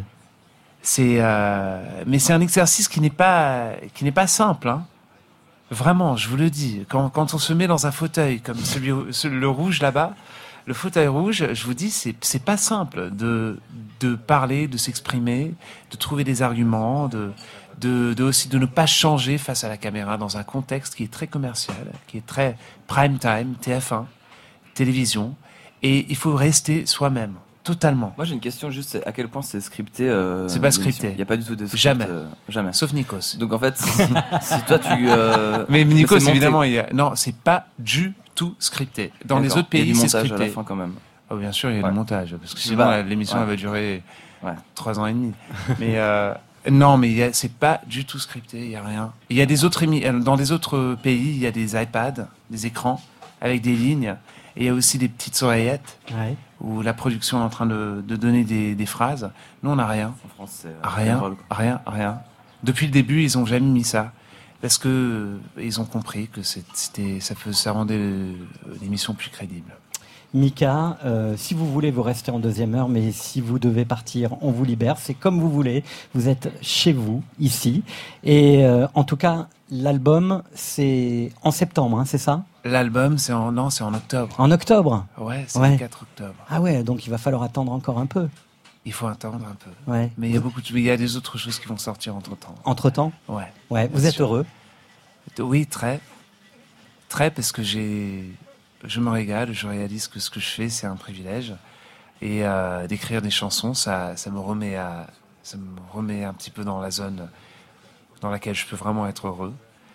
Mais c'est un exercice qui n'est pas simple, hein. Vraiment, je vous le dis. Quand on se met dans un fauteuil comme le rouge là-bas, Le fauteuil rouge, je vous dis, c'est pas simple de parler, de s'exprimer, de trouver des arguments, aussi de ne pas changer face à la caméra dans un contexte qui est très commercial, qui est très prime time, TF1, télévision, et il faut rester soi-même. Totalement. Moi j'ai une question juste, à quel point c'est scripté C'est pas scripté. Il n'y a pas du tout de script. Jamais. Sauf Nikos. Donc en fait, si toi tu... Mais Nikos évidemment, non, c'est pas du tout scripté. Dans les autres pays, c'est scripté. Il y a du montage à la fin quand même. Oh, bien sûr, il y a du montage, parce que sinon l'émission elle va durer 3 ans et demi. Mais non, mais c'est pas du tout scripté, il y a rien. Il y a dans des autres pays, il y a des iPads, des écrans avec des lignes. Et il y a aussi des petites oreillettes où la production est en train de donner des phrases. Nous, on n'a rien. En France, c'est rien. Depuis le début, ils n'ont jamais mis ça. Parce que ils ont compris que ça rendait l'émission plus crédible. Mika, si vous voulez, vous restez en deuxième heure, mais si vous devez partir, on vous libère. C'est comme vous voulez. Vous êtes chez vous, ici. Et en tout cas, l'album, c'est en septembre, hein, c'est ça ? L'album, c'est en octobre. En octobre ? Ouais, c'est le 4 octobre. Ah ouais, donc il va falloir attendre encore un peu. Il faut attendre un peu. Ouais. Mais il y a des autres choses qui vont sortir entre-temps. Entre-temps ? Ouais. Vous êtes heureux ? Oui, très. Très, parce que je me régale, je réalise que ce que je fais, c'est un privilège. Et d'écrire des chansons, ça me remet un petit peu dans la zone dans laquelle je peux vraiment être heureux.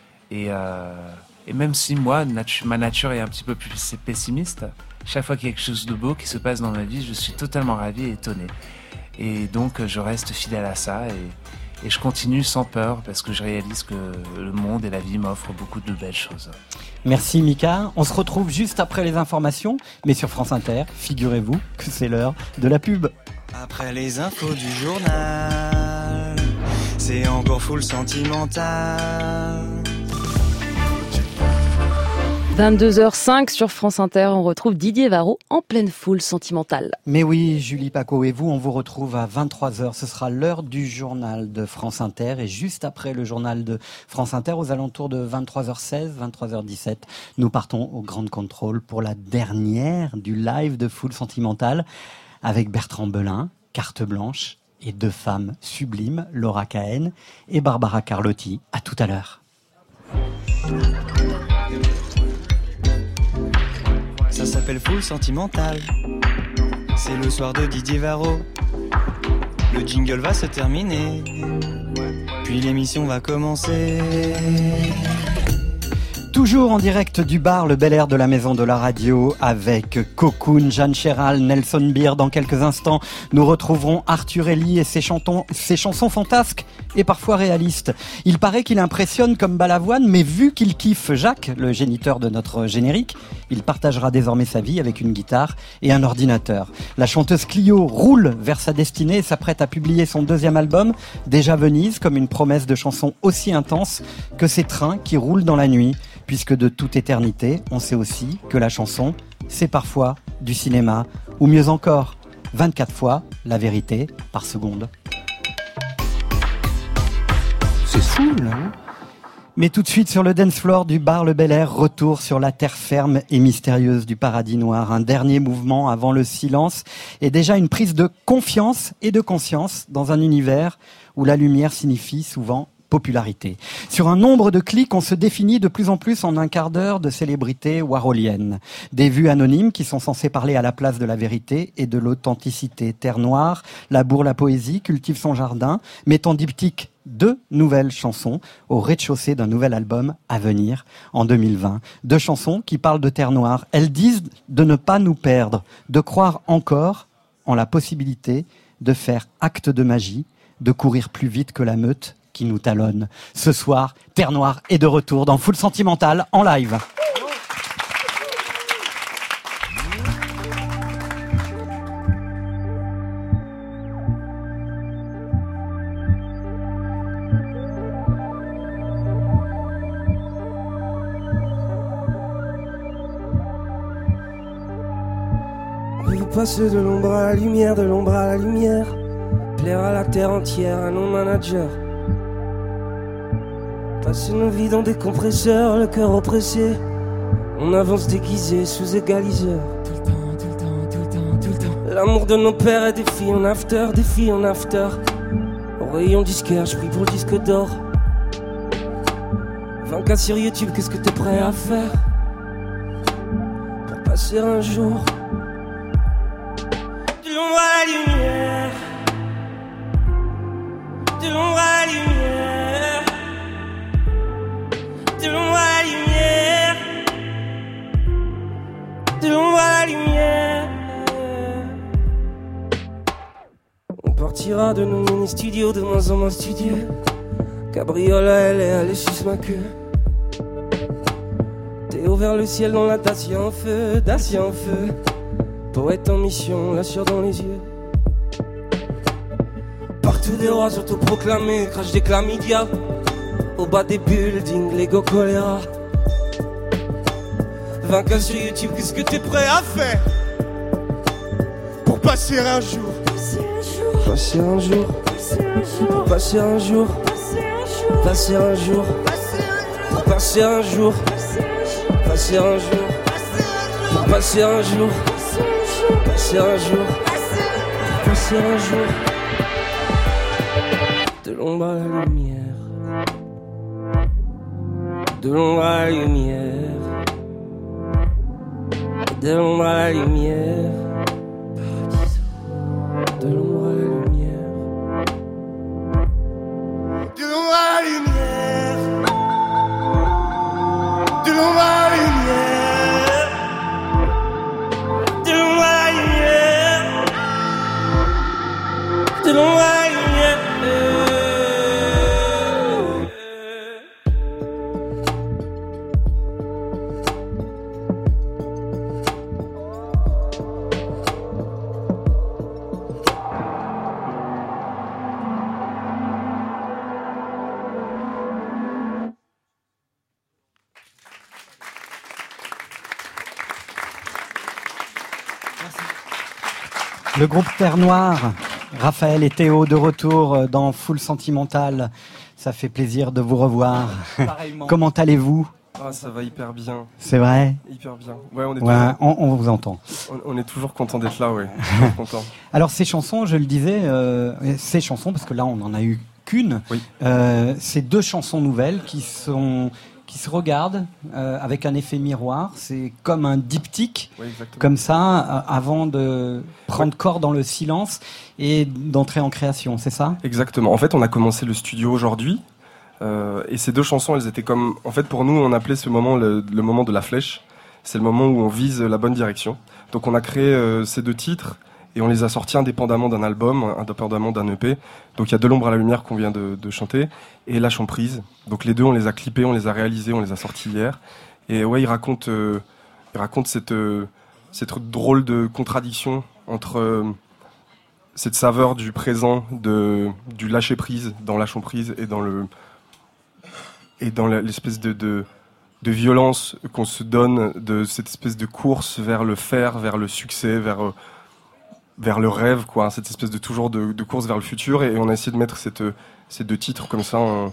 Et même si moi, ma nature est un petit peu plus pessimiste, chaque fois qu'il y a quelque chose de beau qui se passe dans ma vie, je suis totalement ravi et étonné. Et donc, je reste fidèle à ça et je continue sans peur parce que je réalise que le monde et la vie m'offrent beaucoup de belles choses. Merci Mika. On se retrouve juste après les informations, mais sur France Inter, figurez-vous que c'est l'heure de la pub. Après les infos du journal, c'est encore full sentimental. 22h05 sur France Inter, on retrouve Didier Varro en pleine foule sentimentale. Mais oui, Julie Paco et vous, on vous retrouve à 23h. Ce sera l'heure du journal de France Inter. Et juste après le journal de France Inter, aux alentours de 23h16, 23h17, nous partons au Grand Contrôle pour la dernière du live de foule sentimentale avec Bertrand Belin, carte blanche, et 2 femmes sublimes, Laura Cahen et Barbara Carlotti. À tout à l'heure. Ça s'appelle Full Sentimental. C'est le soir de Didier Varro. Le jingle va se terminer, puis l'émission va commencer. Toujours en direct du bar Le Bel Air de la Maison de la Radio avec Cocoon, Jeanne Chéral, Nelson Beer. Dans quelques instants, nous retrouverons Arthur Elie et ses chansons fantasques et parfois réalistes. Il paraît qu'il impressionne comme Balavoine, mais vu qu'il kiffe Jacques, le géniteur de notre générique, il partagera désormais sa vie avec une guitare et un ordinateur. La chanteuse Clio roule vers sa destinée et s'apprête à publier son 2e album, Déjà Venise, comme une promesse de chansons aussi intense que ces trains qui roulent dans la nuit. Puisque de toute éternité, on sait aussi que la chanson, c'est parfois du cinéma, ou mieux encore, 24 fois la vérité par seconde. C'est fou, là. Mais tout de suite sur le dance floor du bar Le Bel Air, retour sur la terre ferme et mystérieuse du paradis noir. Un dernier mouvement avant le silence et déjà une prise de confiance et de conscience dans un univers où la lumière signifie souvent popularité. Sur un nombre de clics, on se définit de plus en plus en un quart d'heure de célébrités warholiennes. Des vues anonymes qui sont censées parler à la place de la vérité et de l'authenticité. Terre Noire, laboure la poésie, cultive son jardin, met en diptyque 2 nouvelles chansons au rez-de-chaussée d'un nouvel album à venir en 2020. 2 chansons qui parlent de Terre Noire. Elles disent de ne pas nous perdre, de croire encore en la possibilité de faire acte de magie, de courir plus vite que la meute qui nous talonne. Ce soir, Terre Noire est de retour dans Full Sentimental en live. On veut passer de l'ombre à la lumière, de l'ombre à la lumière, plaire à la terre entière, un non-manager. Passer nos vies dans des compresseurs, le cœur oppressé. On avance déguisé sous égaliseur. Tout le temps, l'amour de nos pères et des filles en after, des filles en after. Au rayon disquaire, je prie pour le disque d'or. 20K sur YouTube, qu'est-ce que t'es prêt à faire pour passer un jour de l'ombre à la lumière, de l'ombre à la lumière, de l'ombre à la lumière, de l'ombre à la lumière. On partira de nos mini-studios de moins en moins studieux. Cabriolet, elle est allée suce ma queue. Théo vers le ciel dans la Dacia en feu, Dacia en feu. Poète en mission, la sueur dans les yeux. Partout des rois autoproclamés, crash des chlamydia. Au bas des buildings, Lego choléra. 20K sur YouTube, qu'est-ce que t'es prêt à faire pour passer un jour? Passer un jour, passer un jour, passer un jour, passer un jour, passer un jour, passer un jour, passer un jour, passer un jour, de l'ombre à la lumière, de l'ombre à la lumière, de l'ombre à la lumière, de l'ombre à la lumière, de l'ombre à la lumière, de l'ombre à la lumière, de l'ombre à la lumière, de l'ombre à la lumière. Le groupe Terre Noire, Raphaël et Théo de retour dans Full Sentimental. Ça fait plaisir de vous revoir. Pareillement. Comment allez-vous ? Ah, ça va hyper bien. C'est vrai ? Hyper bien. Ouais, on est ouais, toujours... on vous entend. On est toujours content d'être là, ouais. Toujours content. Alors ces chansons, je le disais, ces chansons, parce que là on n'en a eu qu'une, oui. C'est deux chansons nouvelles qui se regardent avec un effet miroir. C'est comme un diptyque, oui, comme ça, avant de prendre corps dans le silence et d'entrer en création, c'est ça ? Exactement. En fait, on a commencé le studio aujourd'hui. Et ces deux chansons, elles étaient comme... En fait, pour nous, on appelait ce moment le moment de la flèche. C'est le moment où on vise la bonne direction. Donc on a créé ces deux titres et on les a sortis indépendamment d'un album, indépendamment d'un EP. Donc il y a De l'ombre à la lumière qu'on vient de chanter et Lâche prise. Donc les deux, on les a clippés, on les a réalisés, on les a sortis hier. Et ouais, ils racontent cette drôle de contradiction entre cette saveur du présent, du lâcher prise dans Lâche prise et dans l'espèce de violence qu'on se donne, de cette espèce de course vers le faire, vers le succès, vers le rêve, quoi, cette espèce de course vers le futur. Et on a essayé de mettre ces deux titres comme ça en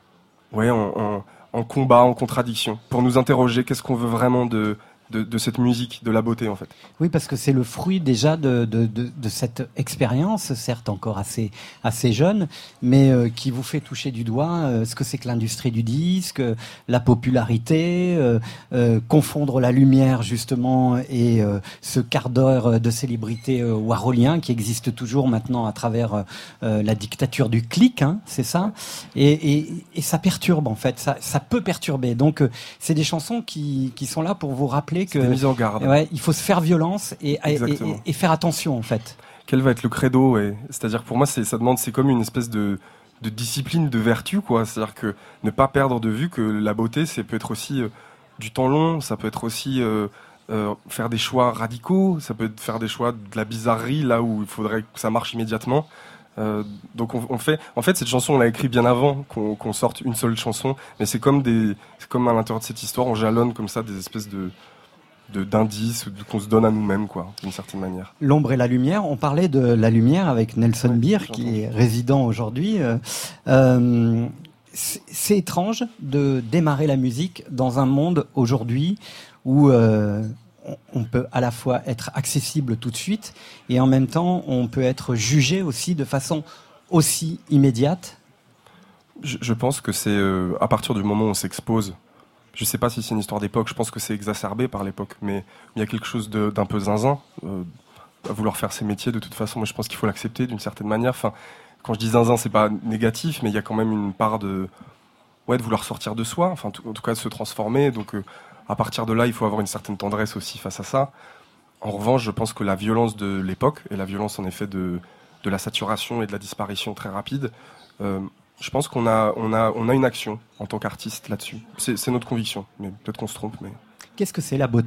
combat, en contradiction, pour nous interroger qu'est-ce qu'on veut vraiment de cette musique, de la beauté en fait. Oui, parce que c'est le fruit déjà de cette expérience, certes encore assez jeune, mais qui vous fait toucher du doigt ce que c'est que l'industrie du disque, la popularité, confondre la lumière justement et ce quart d'heure de célébrité warholien qui existe toujours maintenant à travers la dictature du clic, hein, c'est ça, et ça perturbe en fait, ça peut perturber. Donc c'est des chansons qui sont là pour vous rappeler que mise en garde. Ouais, il faut se faire violence et faire attention en fait. Quel va être le credo, c'est-à-dire pour moi c'est comme une espèce de discipline, de vertu, quoi. C'est-à-dire que ne pas perdre de vue que la beauté, ça peut être aussi du temps long, ça peut être aussi faire des choix radicaux, ça peut être faire des choix de la bizarrerie là où il faudrait que ça marche immédiatement. Donc on fait, en fait cette chanson on l'a écrite bien avant qu'on sorte une seule chanson, mais c'est comme à l'intérieur de cette histoire on jalonne comme ça des espèces d'indices qu'on se donne à nous-mêmes, quoi, d'une certaine manière. L'ombre et la lumière, on parlait de la lumière avec Nelson Beer qui est résident aujourd'hui. C'est étrange de démarrer la musique dans un monde aujourd'hui où on peut à la fois être accessible tout de suite et en même temps on peut être jugé aussi de façon aussi immédiate. Je pense que c'est à partir du moment où on s'expose. Je ne sais pas si c'est une histoire d'époque, je pense que c'est exacerbé par l'époque, mais il y a quelque chose d'un peu zinzin à vouloir faire ces métiers de toute façon. Moi, je pense qu'il faut l'accepter d'une certaine manière. Enfin, quand je dis zinzin, c'est pas négatif, mais il y a quand même une part de vouloir sortir de soi, enfin, en tout cas de se transformer. Donc, à partir de là, il faut avoir une certaine tendresse aussi face à ça. En revanche, je pense que la violence de l'époque, et la violence en effet de la saturation et de la disparition très rapide, je pense qu'on a une action en tant qu'artiste là-dessus. C'est notre conviction, mais peut-être qu'on se trompe. Mais... Qu'est-ce que c'est la beauté ?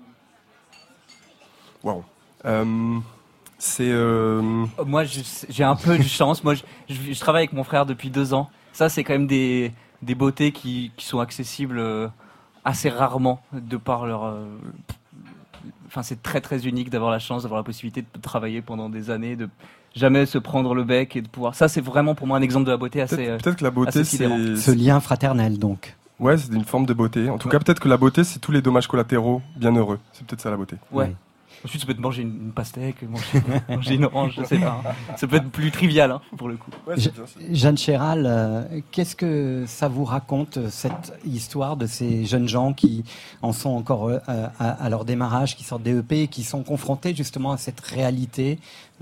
Waouh. C'est. Moi, j'ai un peu de chance. Moi, je travaille avec mon frère depuis 2 ans. Ça, c'est quand même des beautés qui sont accessibles assez rarement de par leur. Enfin, c'est très très unique d'avoir la chance, d'avoir la possibilité de travailler pendant des années, de jamais se prendre le bec et de pouvoir. Ça, c'est vraiment pour moi un exemple de la beauté assez. Peut-être que la beauté, c'est ce lien fraternel, donc. Ouais, c'est une forme de beauté. En tout cas, peut-être que la beauté, c'est tous les dommages collatéraux bienheureux. C'est peut-être ça la beauté. Ouais. Ensuite, ça peut être manger une pastèque, manger une orange, je sais pas. Ça peut être plus trivial, pour le coup. Ouais, Jeanne Chéral, qu'est-ce que ça vous raconte, cette histoire de ces jeunes gens qui en sont encore à leur démarrage, qui sortent des EP, qui sont confrontés justement à cette réalité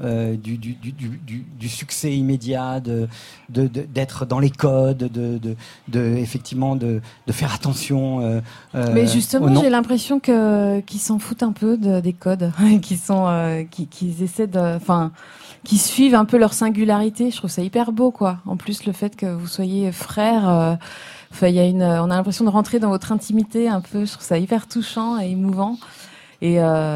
du succès immédiat, d'être dans les codes, effectivement de faire attention. Mais justement, j'ai l'impression qu'ils s'en foutent un peu des codes, qu'ils essaient qui suivent un peu leur singularité. Je trouve ça hyper beau, quoi. En plus, le fait que vous soyez frères, on a l'impression de rentrer dans votre intimité un peu. Je trouve ça hyper touchant et émouvant. Et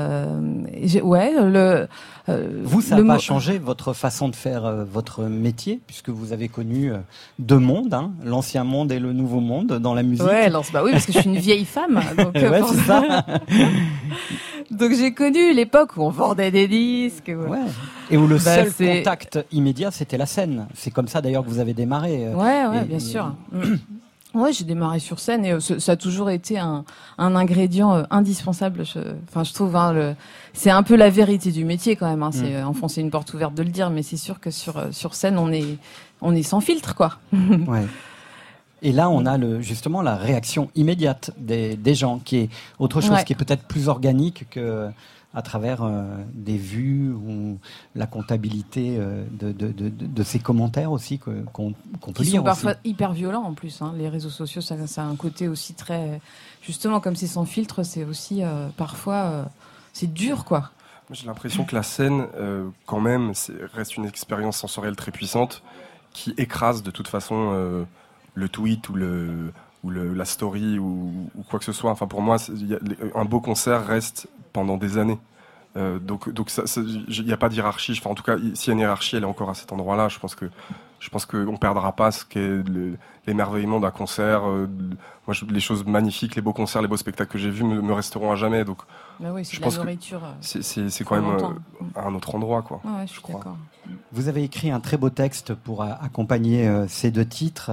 vous, ça n'a pas changé votre façon de faire votre métier, puisque vous avez connu 2 mondes, l'ancien monde et le nouveau monde dans la musique. Ouais, oui, parce que je suis une vieille femme. Donc, c'est ça. Donc j'ai connu l'époque où on vendait des disques. Ouais. Et où le seul contact immédiat, c'était la scène. C'est comme ça d'ailleurs que vous avez démarré. Bien sûr. Ouais, j'ai démarré sur scène et ça a toujours été un ingrédient indispensable. Je trouve, c'est un peu la vérité du métier quand même. C'est enfoncer une porte ouverte de le dire, mais c'est sûr que sur scène, on est sans filtre, quoi. Ouais. Et là, on a justement la réaction immédiate des gens, qui est autre chose, qui est peut-être plus organique que à travers des vues ou la comptabilité de ces commentaires aussi qu'on peut lire. Qui sont parfois hyper violents en plus. Les réseaux sociaux, ça a un côté aussi très... Justement, comme c'est sans filtre, c'est aussi parfois... c'est dur, quoi. Moi, j'ai l'impression que la scène, quand même, reste une expérience sensorielle très puissante qui écrase de toute façon le tweet ou la story ou quoi que ce soit. Enfin, pour moi, un beau concert reste pendant des années. Donc il n'y a pas de hiérarchie. Enfin, en tout cas, s'il y a une hiérarchie, elle est encore à cet endroit-là. Je pense qu'on perdra pas ce qu'est l'émerveillement d'un concert. Moi, les choses magnifiques, les beaux concerts, les beaux spectacles que j'ai vus me resteront à jamais. Donc, je pense que c'est quand même à un autre endroit, quoi. Je suis d'accord. Vous avez écrit un très beau texte pour accompagner ces 2 titres.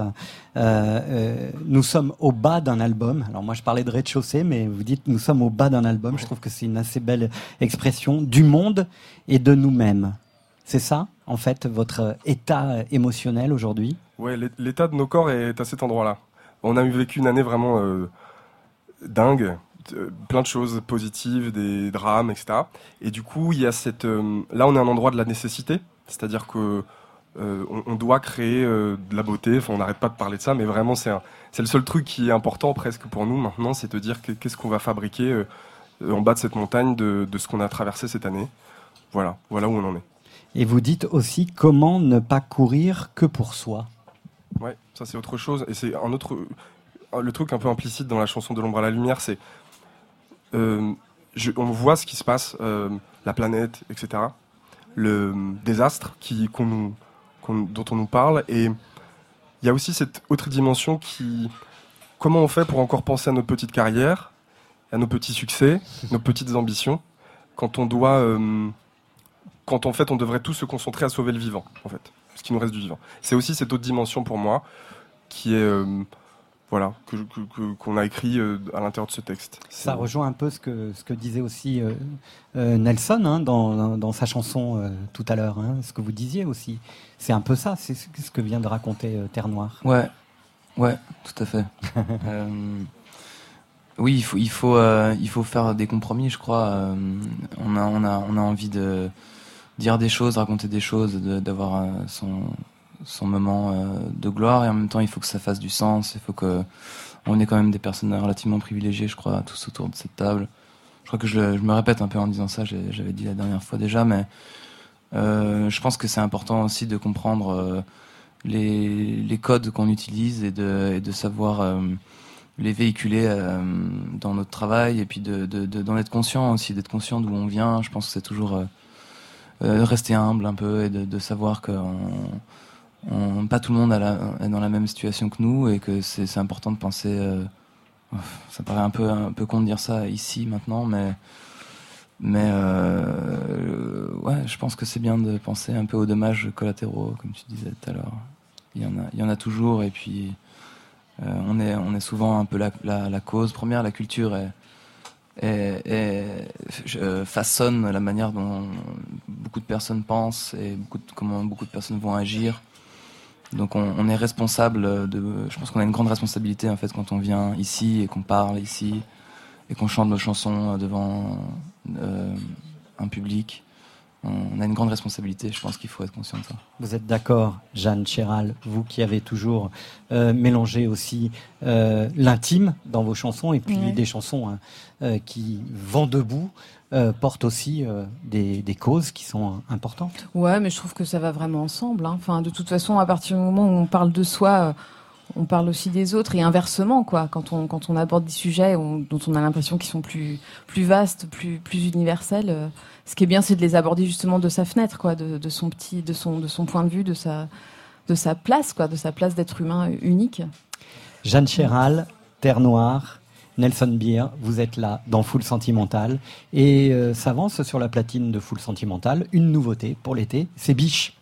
Nous sommes au bas d'un album. Alors moi, je parlais de rez-de-chaussée, mais vous dites nous sommes au bas d'un album. Je trouve que c'est une assez belle expression du monde et de nous-mêmes. C'est ça, en fait, votre état émotionnel aujourd'hui ? Ouais, l'état de nos corps est à cet endroit-là. On a vécu une année vraiment dingue. Plein de choses positives, des drames, etc. Et du coup, il y a là, on est à un endroit de la nécessité. C'est-à-dire que on doit créer de la beauté. Enfin, on n'arrête pas de parler de ça, mais vraiment, c'est le seul truc qui est important presque pour nous maintenant, c'est de dire qu'est-ce qu'on va fabriquer en bas de cette montagne de ce qu'on a traversé cette année. Voilà où on en est. Et vous dites aussi comment ne pas courir que pour soi. Ouais, ça c'est autre chose. Et c'est le truc un peu implicite dans la chanson De l'ombre à la lumière, c'est on voit ce qui se passe, la planète, etc. Le désastre dont on nous parle, et il y a aussi cette autre dimension comment on fait pour encore penser à notre petite carrière, à nos petits succès, nos petites ambitions, quand en fait on devrait tous se concentrer à sauver le vivant, en fait, ce qui nous reste du vivant. C'est aussi cette autre dimension pour moi qui est voilà, qu'on a écrit à l'intérieur de ce texte. Ça rejoint un peu ce que disait aussi Nelson hein, dans sa chanson tout à l'heure, hein, ce que vous disiez aussi. C'est un peu ça, c'est ce que vient de raconter Terre Noire. Ouais, tout à fait. Oui, il faut faire des compromis, je crois. On a envie de dire des choses, raconter des choses, d'avoir son moment de gloire, et en même temps il faut que ça fasse du sens. Il faut que on est quand même des personnes relativement privilégiées, je crois, tous autour de cette table. Je crois que je me répète un peu en disant ça, j'avais dit la dernière fois déjà, mais je pense que c'est important aussi de comprendre les codes qu'on utilise et de savoir les véhiculer dans notre travail, et puis d'en être conscient aussi, d'être conscient d'où on vient. Je pense que c'est toujours rester humble un peu, et de savoir que pas tout le monde est dans la même situation que nous, et que c'est important de penser. Ça paraît un peu con de dire ça ici maintenant, mais ouais, je pense que c'est bien de penser un peu aux dommages collatéraux, comme tu disais tout à l'heure. Il y en a toujours, et puis on est souvent un peu la cause première. La culture façonne la manière dont beaucoup de personnes pensent et comment beaucoup de personnes vont agir. Donc on est responsable je pense qu'on a une grande responsabilité en fait quand on vient ici et qu'on parle ici et qu'on chante nos chansons devant un public. On a une grande responsabilité, je pense qu'il faut être conscient de ça. Vous êtes d'accord, Jeanne Chéral, vous qui avez toujours mélangé aussi l'intime dans vos chansons, et puis des chansons qui vont debout, portent aussi des causes qui sont importantes. Ouais, mais je trouve que ça va vraiment ensemble. Hein. Enfin, de toute façon, à partir du moment où on parle de soi, on parle aussi des autres, et inversement, quoi. Quand on aborde des sujets dont on a l'impression qu'ils sont plus vastes, plus universels, ce qui est bien, c'est de les aborder justement de sa fenêtre, quoi, de son point de vue, de sa place, quoi, de sa place d'être humain unique. Jeanne Chéral, Terre Noire, Nelson Beer, vous êtes là dans Foule Sentimentale, et s'avance sur la platine de Foule Sentimentale une nouveauté pour l'été, c'est Biche.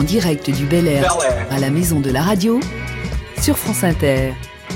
direct du Bel Air à la maison de la radio sur France Inter.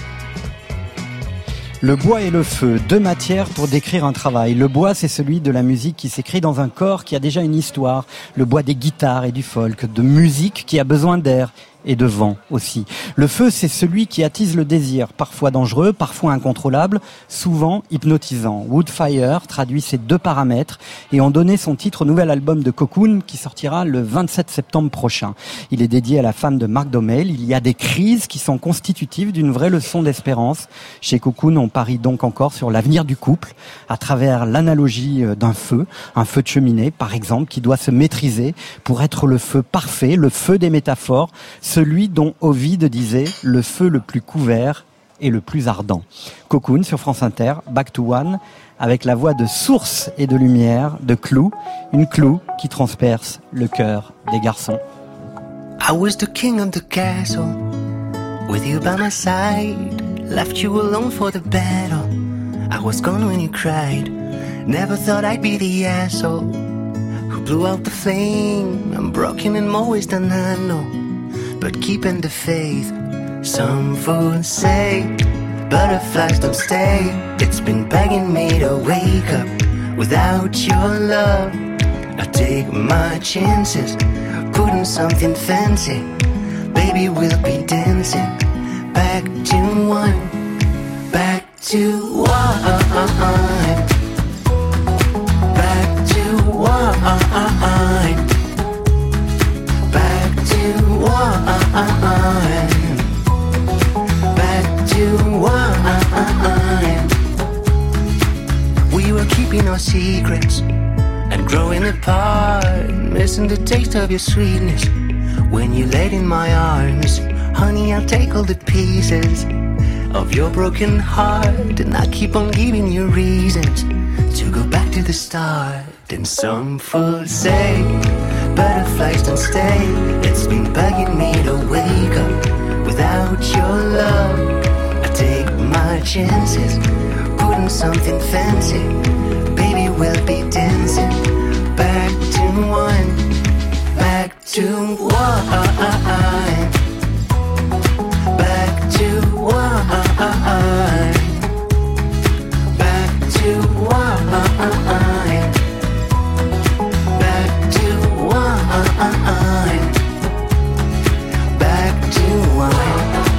Le bois et le feu, deux matières pour décrire un travail. Le bois, c'est celui de la musique qui s'écrit dans un corps qui a déjà une histoire. Le bois des guitares et du folk, de musique qui a besoin d'air et de vent aussi. Le feu, c'est celui qui attise le désir, parfois dangereux, parfois incontrôlable, souvent hypnotisant. Woodfire traduit ces deux paramètres et ont donné son titre au nouvel album de Cocoon qui sortira le 27 septembre prochain. Il est dédié à la femme de Mark Domel. Il y a des crises qui sont constitutives d'une vraie leçon d'espérance. Chez Cocoon, on parie donc encore sur l'avenir du couple à travers l'analogie d'un feu, un feu de cheminée par exemple, qui doit se maîtriser pour être le feu parfait, le feu des métaphores, celui dont Ovide disait « le feu le plus couvert et le plus ardent ». Cocoon sur France Inter, Back to One, avec la voix de source et de lumière de Clou, une Clou qui transperce le cœur des garçons. I was the king of the castle, with you by my side, left you alone for the battle, I was gone when you cried, never thought I'd be the asshole, who blew out the flame, I'm broken in more ways than I know, but keeping the faith. Some fools say butterflies don't stay. It's been begging me to wake up without your love. I take my chances, putting something fancy. Baby, we'll be dancing back to one, back to one, back to one, back to one, back to one. We were keeping our secrets and growing apart, missing the taste of your sweetness when you laid in my arms. Honey, I'll take all the pieces of your broken heart, and I keep on giving you reasons to go back to the start. And some fools say butterflies don't stay. It's been bugging me to wake up without your love. I take my chances, putting something fancy. Baby, we'll be dancing back to one, back to one, back to one, back to one, back to one, back to one.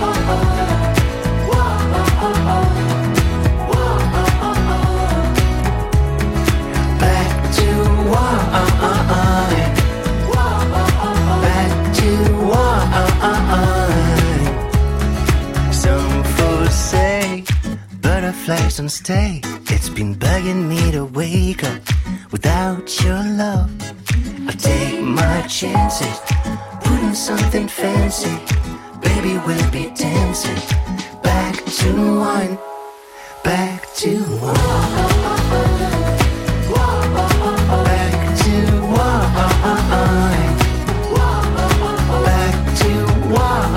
Butterflies don't stay. It's been bugging me to wake up without your love. I take my chances, putting something fancy. Baby, we'll be dancing back to one, back to one, back to one, back to one.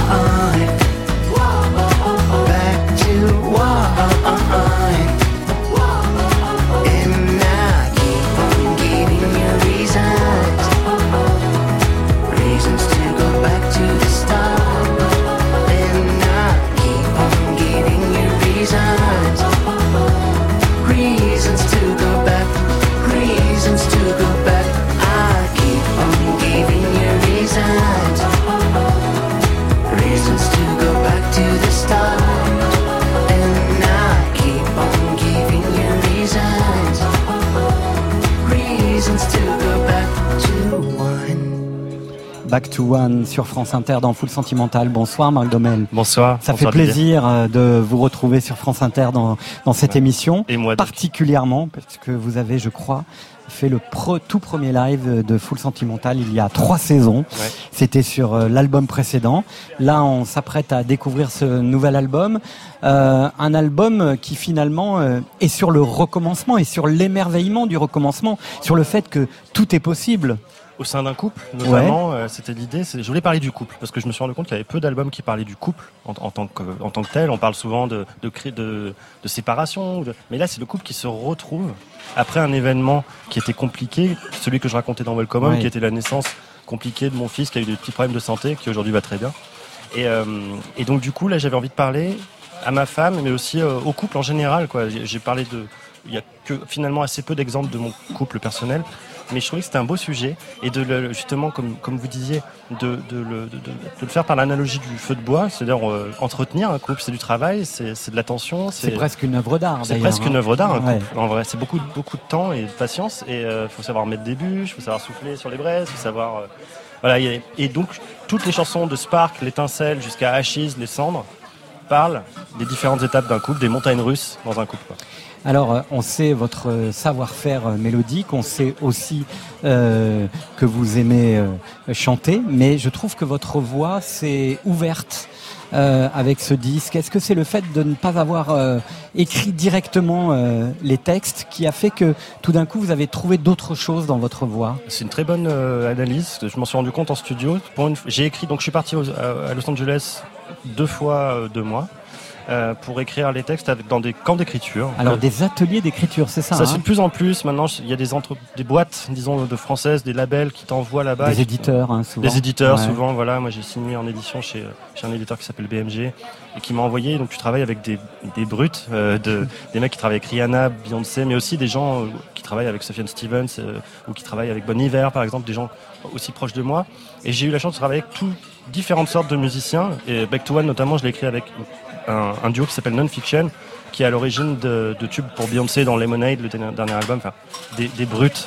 And I keep on giving you reasons to go back to the start. And I keep on giving you reasons to go back, reasons to go back. I keep on giving you reasons to go back to the start. Back to One sur France Inter dans Full Sentimental. Bonsoir Marc Domel. Bonsoir. Ça fait plaisir de vous retrouver sur France Inter dans cette émission. Et moi particulièrement parce que vous avez, je crois, fait le tout premier live de Full Sentimental il y a 3 saisons. Ouais. C'était sur l'album précédent. Là, on s'apprête à découvrir ce nouvel album. Un album qui finalement est sur le recommencement et sur l'émerveillement du recommencement, sur le fait que tout est possible. Au sein d'un couple, notamment, c'était l'idée. Je voulais parler du couple parce que je me suis rendu compte qu'il y avait peu d'albums qui parlaient du couple en tant que tel. On parle souvent de séparation, mais là, c'est le couple qui se retrouve après un événement qui était compliqué, celui que je racontais dans Welcome Home, qui était la naissance compliqué de mon fils qui a eu des petits problèmes de santé, qui aujourd'hui va très bien. Et donc du coup là j'avais envie de parler à ma femme, mais aussi au couple en général, quoi. J'ai parlé il y a que finalement assez peu d'exemples de mon couple personnel, mais je trouvais que c'était un beau sujet et justement comme vous disiez de le faire par l'analogie du feu de bois, c'est-à-dire entretenir un couple, c'est du travail, c'est de l'attention, c'est presque une œuvre d'art. C'est presque une œuvre d'art, un couple. En vrai, c'est beaucoup de temps et de patience, et faut savoir mettre des bûches, faut savoir souffler sur les braises, faut savoir voilà. Et donc toutes les chansons de Spark, l'étincelle jusqu'à Ashes, les cendres parlent des différentes étapes d'un couple, des montagnes russes dans un couple, quoi. Alors, on sait votre savoir-faire mélodique, on sait aussi que vous aimez chanter, mais je trouve que votre voix s'est ouverte avec ce disque. Est-ce que c'est le fait de ne pas avoir écrit directement les textes qui a fait que tout d'un coup vous avez trouvé d'autres choses dans votre voix? C'est une très bonne analyse. Je m'en suis rendu compte en studio. J'ai écrit, donc je suis parti à Los Angeles 2 fois 2 mois. Pour écrire les textes dans des camps d'écriture. Alors des ateliers d'écriture, c'est ça? Ça c'est de plus en plus. Maintenant, il y a des boîtes, disons, de françaises, des labels qui t'envoient là-bas. Des éditeurs, souvent. Des éditeurs, souvent. Voilà, moi j'ai signé en édition chez un éditeur qui s'appelle BMG et qui m'a envoyé. Donc tu travailles avec des brutes, des mecs qui travaillent avec Rihanna, Beyoncé, mais aussi des gens qui travaillent avec Sufjan Stevens ou qui travaillent avec Bon Iver, par exemple, des gens aussi proches de moi. Et j'ai eu la chance de travailler avec différentes sortes de musiciens. Et Back to One, notamment, je l'ai écrit avec un duo qui s'appelle Non-Fiction, qui est à l'origine de tubes pour Beyoncé dans Lemonade, le dernier album. Enfin, des brutes.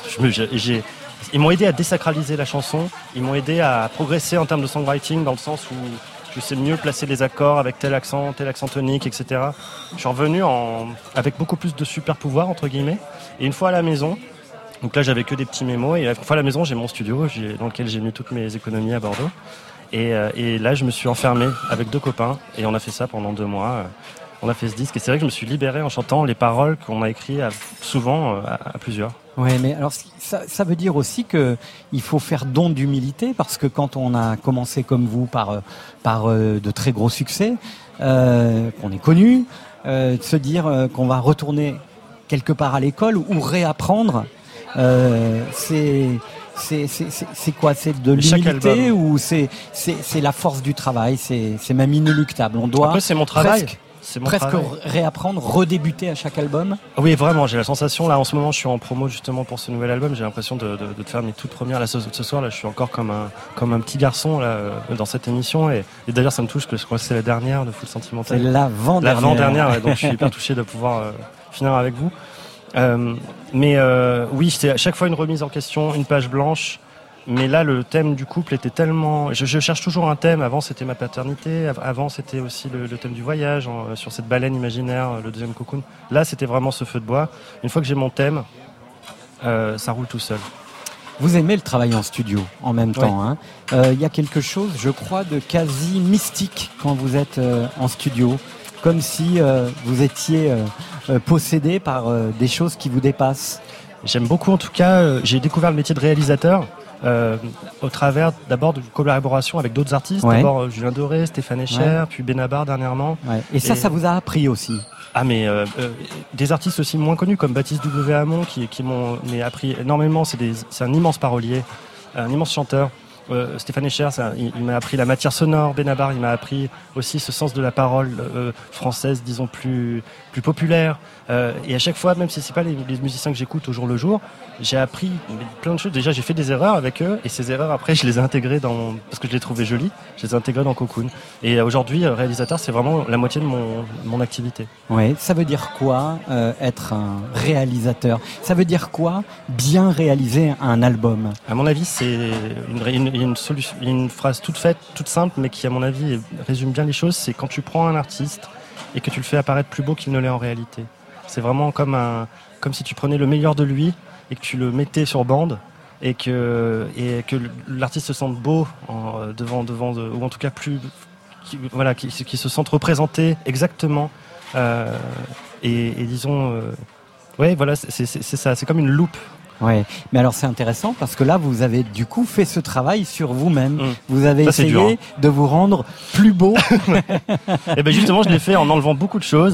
Ils m'ont aidé à désacraliser la chanson. Ils m'ont aidé à progresser en termes de songwriting, dans le sens où je sais mieux placer les accords avec tel accent tonique, etc. Je suis revenu avec beaucoup plus de super pouvoir, entre guillemets. Et une fois à la maison, donc là j'avais que des petits mémos, et une fois à la maison j'ai mon studio dans lequel j'ai mis toutes mes économies à Bordeaux. Et là je me suis enfermé avec 2 copains et on a fait ça pendant 2 mois. On a fait ce disque et c'est vrai que je me suis libéré en chantant les paroles qu'on a écrites souvent à plusieurs. Oui, mais alors ça veut dire aussi que il faut faire don d'humilité, parce que quand on a commencé comme vous par de très gros succès, qu'on est connu, de se dire qu'on va retourner quelque part à l'école ou réapprendre, c'est quoi? C'est de l'humilité ou c'est la force du travail? C'est même inéluctable. On doit. Après, c'est mon travail. Presque réapprendre, redébuter à chaque album. Oui, vraiment, j'ai la sensation, là en ce moment je suis en promo justement pour ce nouvel album, j'ai l'impression de faire mes toutes premières, là ce soir, là je suis encore comme un petit garçon là, dans cette émission, et d'ailleurs ça me touche, parce que je crois que c'est la dernière de Full Sentimental. C'est l'avant-dernière. Ouais, donc je suis hyper touché de pouvoir finir avec vous. Oui, c'était à chaque fois une remise en question, une page blanche. Mais là, le thème du couple était tellement... Je cherche toujours un thème. Avant, c'était ma paternité. Avant, c'était aussi le thème du voyage, sur cette baleine imaginaire, le deuxième cocoon. Là, c'était vraiment ce feu de bois. Une fois que j'ai mon thème, ça roule tout seul. Vous aimez le travail en studio en même temps, hein. Y a quelque chose, je crois, de quasi mystique quand vous êtes en studio. Comme si vous étiez possédé par des choses qui vous dépassent. J'aime beaucoup, en tout cas. J'ai découvert le métier de réalisateur. Au travers d'abord d'une collaboration avec d'autres artistes, d'abord Julien Doré, Stéphane Escher, puis Benabar dernièrement. Ouais. Et ça vous a appris aussi? Ah mais des artistes aussi moins connus comme Baptiste W. Hamon qui m'ont appris énormément. C'est un immense parolier, un immense chanteur. Stéphane Escher, il m'a appris la matière sonore. Benabar, il m'a appris aussi ce sens de la parole française, disons plus populaire. Et à chaque fois, même si c'est pas les musiciens que j'écoute au jour le jour, j'ai appris plein de choses. Déjà, j'ai fait des erreurs avec eux, et ces erreurs après, je les ai intégrées parce que je les trouvais jolies. Je les ai intégrées dans Cocoon. Et aujourd'hui, réalisateur, c'est vraiment la moitié de mon activité. Oui, ça veut dire quoi être un réalisateur? Ça veut dire quoi bien réaliser un album? À mon avis, c'est une phrase toute faite, toute simple, mais qui, à mon avis, résume bien les choses. C'est quand tu prends un artiste et que tu le fais apparaître plus beau qu'il ne l'est en réalité. C'est vraiment comme si tu prenais le meilleur de lui et que tu le mettais sur bande, et que l'artiste se sente beau devant ou en tout cas qui se sente représenté exactement, et disons c'est ça, c'est comme une loupe. Ouais, mais alors c'est intéressant parce que là vous avez du coup fait ce travail sur vous-même. Vous avez essayé de vous rendre plus beau. Et ben justement, je l'ai fait en enlevant beaucoup de choses.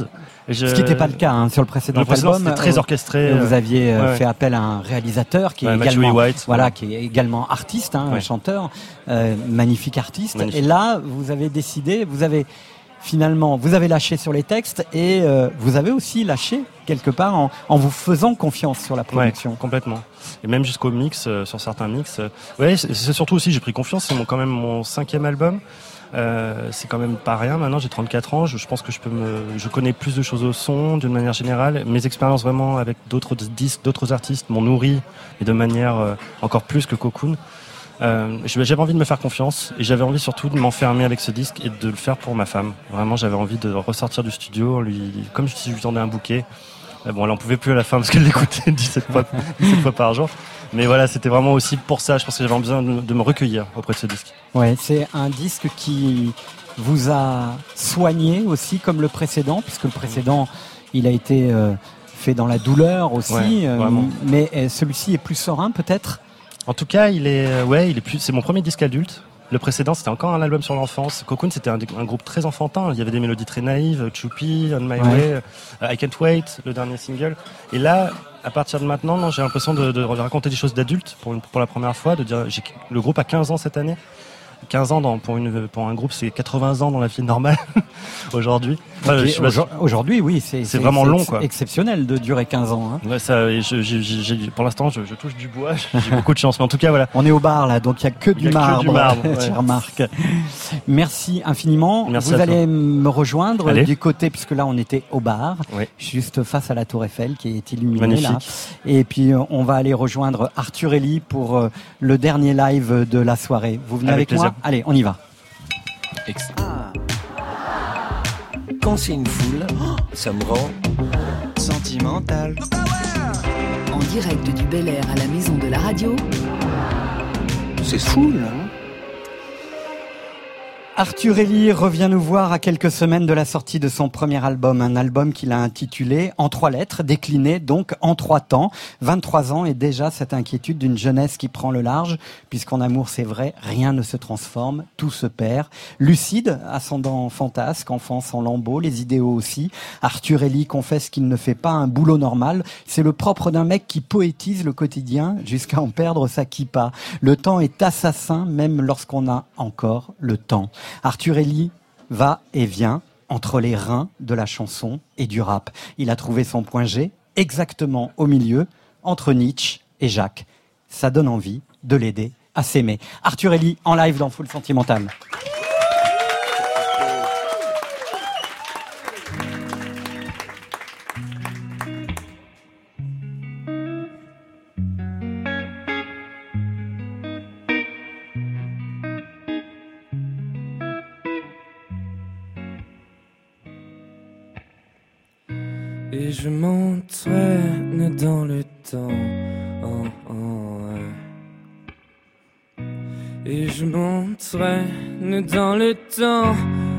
Ce qui n'était pas le cas sur le précédent album. C'était très orchestré. Vous aviez fait appel à un réalisateur qui est également, qui est également artiste, chanteur, magnifique artiste. Magnifique. Et là, vous avez décidé, vous avez lâché sur les textes et vous avez aussi lâché quelque part en vous faisant confiance sur la production. Ouais, complètement. Et même jusqu'au mix, sur certains mix. C'est surtout aussi, j'ai pris confiance. C'est quand même mon 5e album. C'est quand même pas rien. Maintenant, j'ai 34 ans. Je pense que je connais plus de choses au son, d'une manière générale. Mes expériences vraiment avec d'autres disques, d'autres artistes m'ont nourri et de manière encore plus que Cocoon. J'avais envie de me faire confiance et j'avais envie surtout de m'enfermer avec ce disque et de le faire pour ma femme. Vraiment, j'avais envie de ressortir du studio, comme si je lui tendais un bouquet. Bon, là, on pouvait plus à la fin parce qu'elle l'écoutait 17 fois par jour. Mais voilà, c'était vraiment aussi pour ça. Je pense que j'avais besoin de me recueillir auprès de ce disque. Ouais, c'est un disque qui vous a soigné aussi comme le précédent, puisque le précédent, il a été fait dans la douleur aussi. Mais celui-ci est plus serein, peut-être. En tout cas, il est plus. C'est mon premier disque adulte. Le précédent, c'était encore un album sur l'enfance. Cocoon, c'était un groupe très enfantin. Il y avait des mélodies très naïves. Choupi, On My Way, I Can't Wait, le dernier single. Et là, à partir de maintenant, j'ai l'impression de raconter des choses d'adultes pour la première fois. De dire, le groupe a 15 ans cette année. 15 ans pour un groupe, c'est 80 ans dans la vie normale aujourd'hui. Aujourd'hui, oui, c'est vraiment long, quoi. Exceptionnel de durer 15 ans. Ouais, ça, pour l'instant, je touche du bois, j'ai beaucoup de chance. Mais en tout cas, voilà. On est au bar là, donc il y a que du marbre. Cher Marc. Merci infiniment. Vous allez me rejoindre du côté, puisque là on était au bar, juste face à la Tour Eiffel qui est illuminée là. Et puis on va aller rejoindre Arthur Ellie pour le dernier live de la soirée. Vous venez avec moi? Allez, on y va. Quand c'est une foule, ça me rend sentimental. En direct du Bel Air à la Maison de la Radio. C'est fou, là. Arthur Ellie revient nous voir à quelques semaines de la sortie de son premier album, un album qu'il a intitulé En 3 lettres, décliné donc en 3 temps. 23 ans et déjà cette inquiétude d'une jeunesse qui prend le large, puisqu'en amour c'est vrai, rien ne se transforme, tout se perd. Lucide, ascendant fantasque, enfance en lambeaux, les idéaux aussi. Arthur Ellie confesse qu'il ne fait pas un boulot normal, c'est le propre d'un mec qui poétise le quotidien jusqu'à en perdre sa kippa. Le temps est assassin même lorsqu'on a encore le temps. Arthur Ellie va et vient entre les reins de la chanson et du rap. Il a trouvé son point G exactement au milieu, entre Nietzsche et Jacques. Ça donne envie de l'aider à s'aimer. Arthur Ellie en live dans Full Sentimental. Et je m'entraîne dans le temps. Et je m'entraîne dans le temps.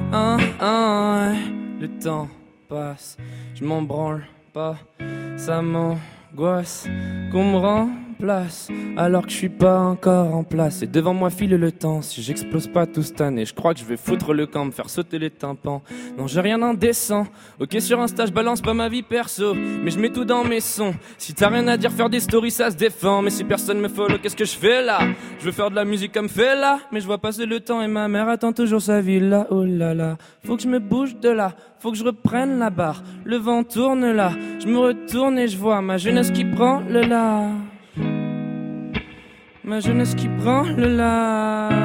Le temps passe, je m'en branle pas. Ça m'angoisse qu'on me remplace alors que je suis pas encore en place. Et devant moi file le temps. Si j'explose pas tout cette année, je crois que je vais foutre le camp, me faire sauter les tympans. Non, j'ai rien d'indécent. Ok, sur Insta, je balance pas ma vie perso, mais je mets tout dans mes sons. Si t'as rien à dire, faire des stories, ça se défend. Mais si personne me follow, qu'est-ce que je fais là? Je veux faire de la musique comme fait là, mais je vois passer le temps et ma mère attend toujours sa villa. Oh là là, faut que je me bouge de là, faut que je reprenne la barre. Le vent tourne là, je me retourne et je vois ma jeunesse qui prend le large. Ma jeunesse qui prend le large.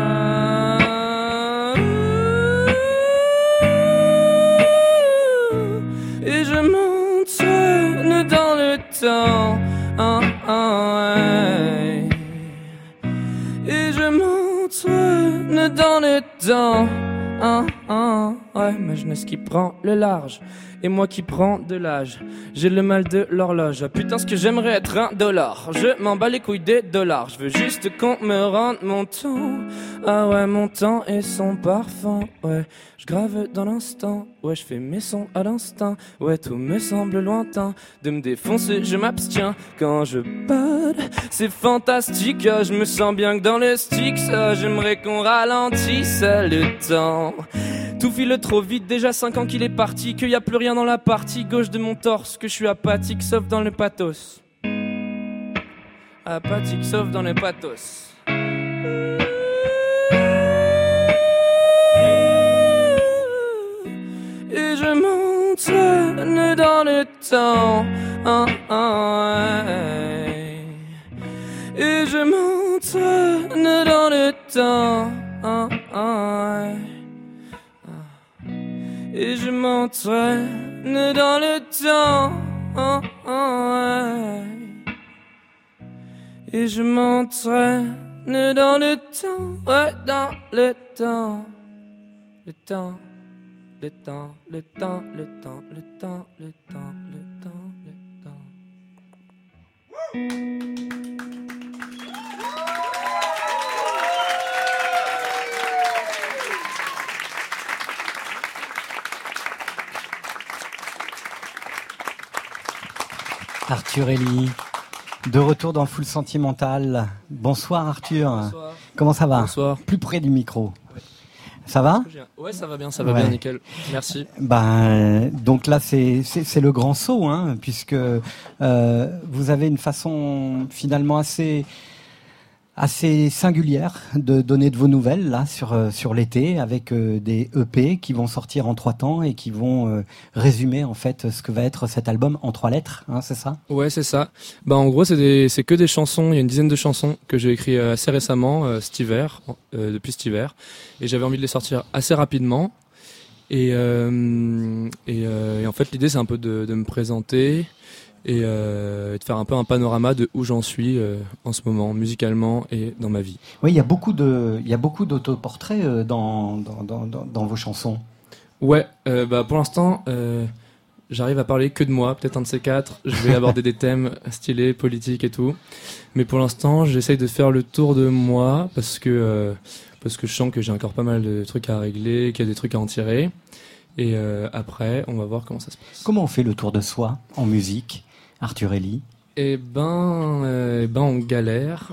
Et je m'entraîne dans le temps. Et je m'entraîne dans le temps. Ma jeunesse qui prend le large. Et moi qui prends de l'âge, j'ai le mal de l'horloge. Ah putain, ce que j'aimerais être $1. Je m'en bats les couilles des dollars. Je veux juste qu'on me rende mon temps. Ah ouais, mon temps et son parfum. Ouais, je grave dans l'instant. Ouais, je fais mes sons à l'instinct. Ouais, tout me semble lointain. De me défoncer, je m'abstiens. Quand je bade, c'est fantastique. Ah, je me sens bien que dans le stick. Ça, j'aimerais qu'on ralentisse le temps. Tout file trop vite, déjà 5 ans qu'il est parti, qu'il y a plus rien dans la partie gauche de mon torse, que je suis apathique sauf dans le pathos. Apathique sauf dans le pathos. Et je m'entraîne dans le temps. Et je m'entraîne dans le temps. Et je m'entraîne dans le temps. Et je m'entraîne dans le temps. Ouais, dans le temps. Le temps. Le temps, le temps, le temps, le temps, le temps, le temps, le temps. Arthur Elie, de retour dans Full Sentimental. Bonsoir Arthur. Bonsoir. Comment ça va? Bonsoir. Plus près du micro. Ça va? Ouais, ça va bien, nickel. Merci. Donc là, c'est le grand saut, hein, puisque vous avez une façon finalement assez singulière de donner de vos nouvelles là sur l'été, avec des EP qui vont sortir en 3 temps et qui vont résumer en fait ce que va être cet album en 3 lettres, hein, c'est ça? Ouais, c'est ça. En gros, c'est que des chansons. Il y a une dizaine de chansons que j'ai écrites assez récemment, cet hiver, depuis cet hiver, et j'avais envie de les sortir assez rapidement. Et en fait, l'idée c'est un peu de me présenter. Et de faire un peu un panorama de où j'en suis en ce moment, musicalement et dans ma vie. Oui, il y a beaucoup d'autoportraits dans vos chansons. Ouais, pour l'instant, j'arrive à parler que de moi, peut-être un de ces 4. Je vais aborder des thèmes stylés, politiques et tout. Mais pour l'instant, j'essaye de faire le tour de moi parce que je sens que j'ai encore pas mal de trucs à régler, qu'il y a des trucs à en tirer. Et après, on va voir comment ça se passe. Comment on fait le tour de soi en musique, Arthur Elie? On galère.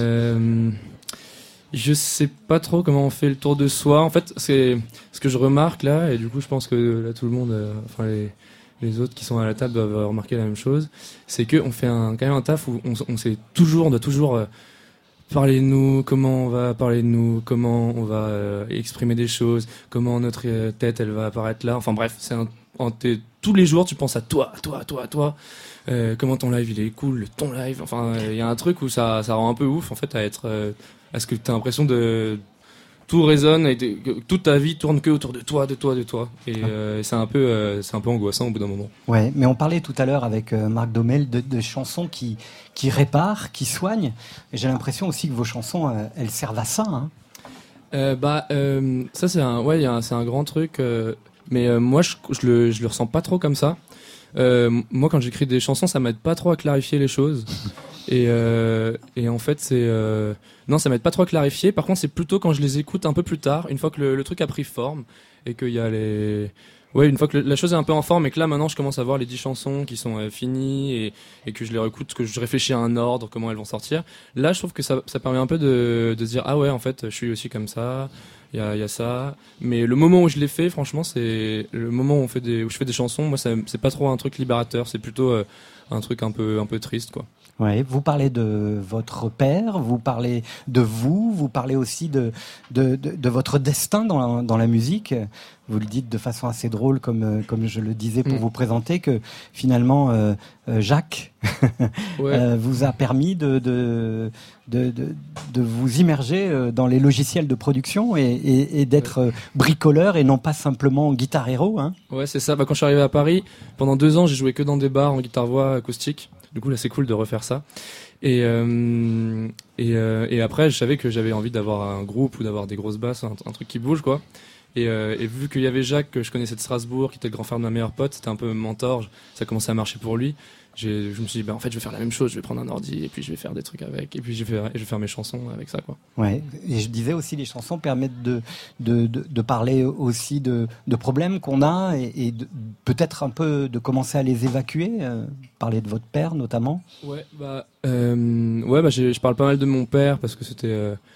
Je sais pas trop comment on fait le tour de soi. En fait, c'est ce que je remarque là, et du coup, je pense que là, tout le monde, les autres qui sont à la table doivent remarquer la même chose. C'est qu'on fait quand même un taf où on doit toujours parler de nous, comment on va parler de nous, comment on va exprimer des choses, comment notre tête elle va apparaître là. Enfin bref, tous les jours tu penses à toi. Comment ton live il est cool, ton live. Enfin, il y a un truc où ça rend un peu ouf en fait à ce que t'as l'impression de tout résonne et que toute ta vie tourne que autour de toi. Et c'est un peu angoissant au bout d'un moment. Ouais, mais on parlait tout à l'heure avec Marc Domel de chansons qui réparent, qui soignent. Et j'ai l'impression aussi que vos chansons, elles servent à ça. Hein. Ça c'est un grand truc. Mais moi je le ressens pas trop comme ça. Moi quand j'écris des chansons, ça m'aide pas trop à clarifier les choses. Et en fait non, ça m'aide pas trop à clarifier. Par contre, c'est plutôt quand je les écoute un peu plus tard, une fois que le truc a pris forme et qu'il y a une fois que la chose est un peu en forme et que là maintenant je commence à voir les 10 chansons qui sont finies et que je les réécoute, que je réfléchis à un ordre, comment elles vont sortir. Là, je trouve que ça permet un peu de se dire ah ouais, en fait, je suis aussi comme ça. Il y a ça, mais le moment où je l'ai fait, franchement, c'est le moment où je fais des chansons. Moi, c'est pas trop un truc libérateur, c'est plutôt un truc un peu triste, quoi. Ouais, vous parlez de votre père, vous parlez de vous parlez aussi de votre destin dans la musique. Vous le dites de façon assez drôle, comme je le disais pour vous présenter, que finalement Jacques vous a permis de vous immerger dans les logiciels de production et d'être bricoleur et non pas simplement guitare héros. Hein. Ouais, c'est ça. Quand je suis arrivé à Paris, pendant 2 ans, j'ai joué que dans des bars en guitare-voix acoustique. Du coup, là, c'est cool de refaire ça. Et après, je savais que j'avais envie d'avoir un groupe ou d'avoir des grosses basses, un truc qui bouge, quoi. Et vu qu'il y avait Jacques, que je connaissais de Strasbourg, qui était le grand frère de ma meilleure pote, c'était un peu mentor, ça commençait à marcher pour lui. Je me suis dit, en fait, je vais faire la même chose, je vais prendre un ordi, et puis je vais faire des trucs avec, et puis je vais faire mes chansons avec ça, quoi. Ouais. Et je disais aussi, les chansons permettent de parler aussi de problèmes qu'on a, et peut-être un peu de commencer à les évacuer, parler de votre père, notamment. Ouais, je parle pas mal de mon père, parce que c'était,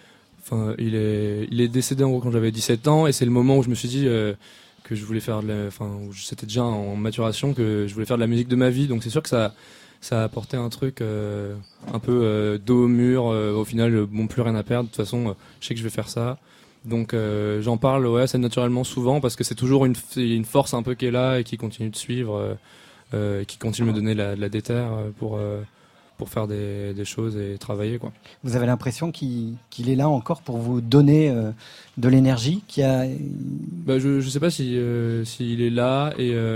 il est décédé en gros quand j'avais 17 ans, et c'est le moment où je me suis dit que je voulais faire où c'était déjà en maturation, que je voulais faire de la musique de ma vie. Donc c'est sûr que ça a apporté un truc un peu dos au mur. Au final, plus rien à perdre. De toute façon, je sais que je vais faire ça. Donc j'en parle assez naturellement souvent, parce que c'est toujours une force un peu qui est là et qui continue de suivre, qui continue de me donner la déterre pour faire des choses et travailler, quoi. Vous avez l'impression qu'il est là encore pour vous donner de l'énergie, je sais pas s'il est là,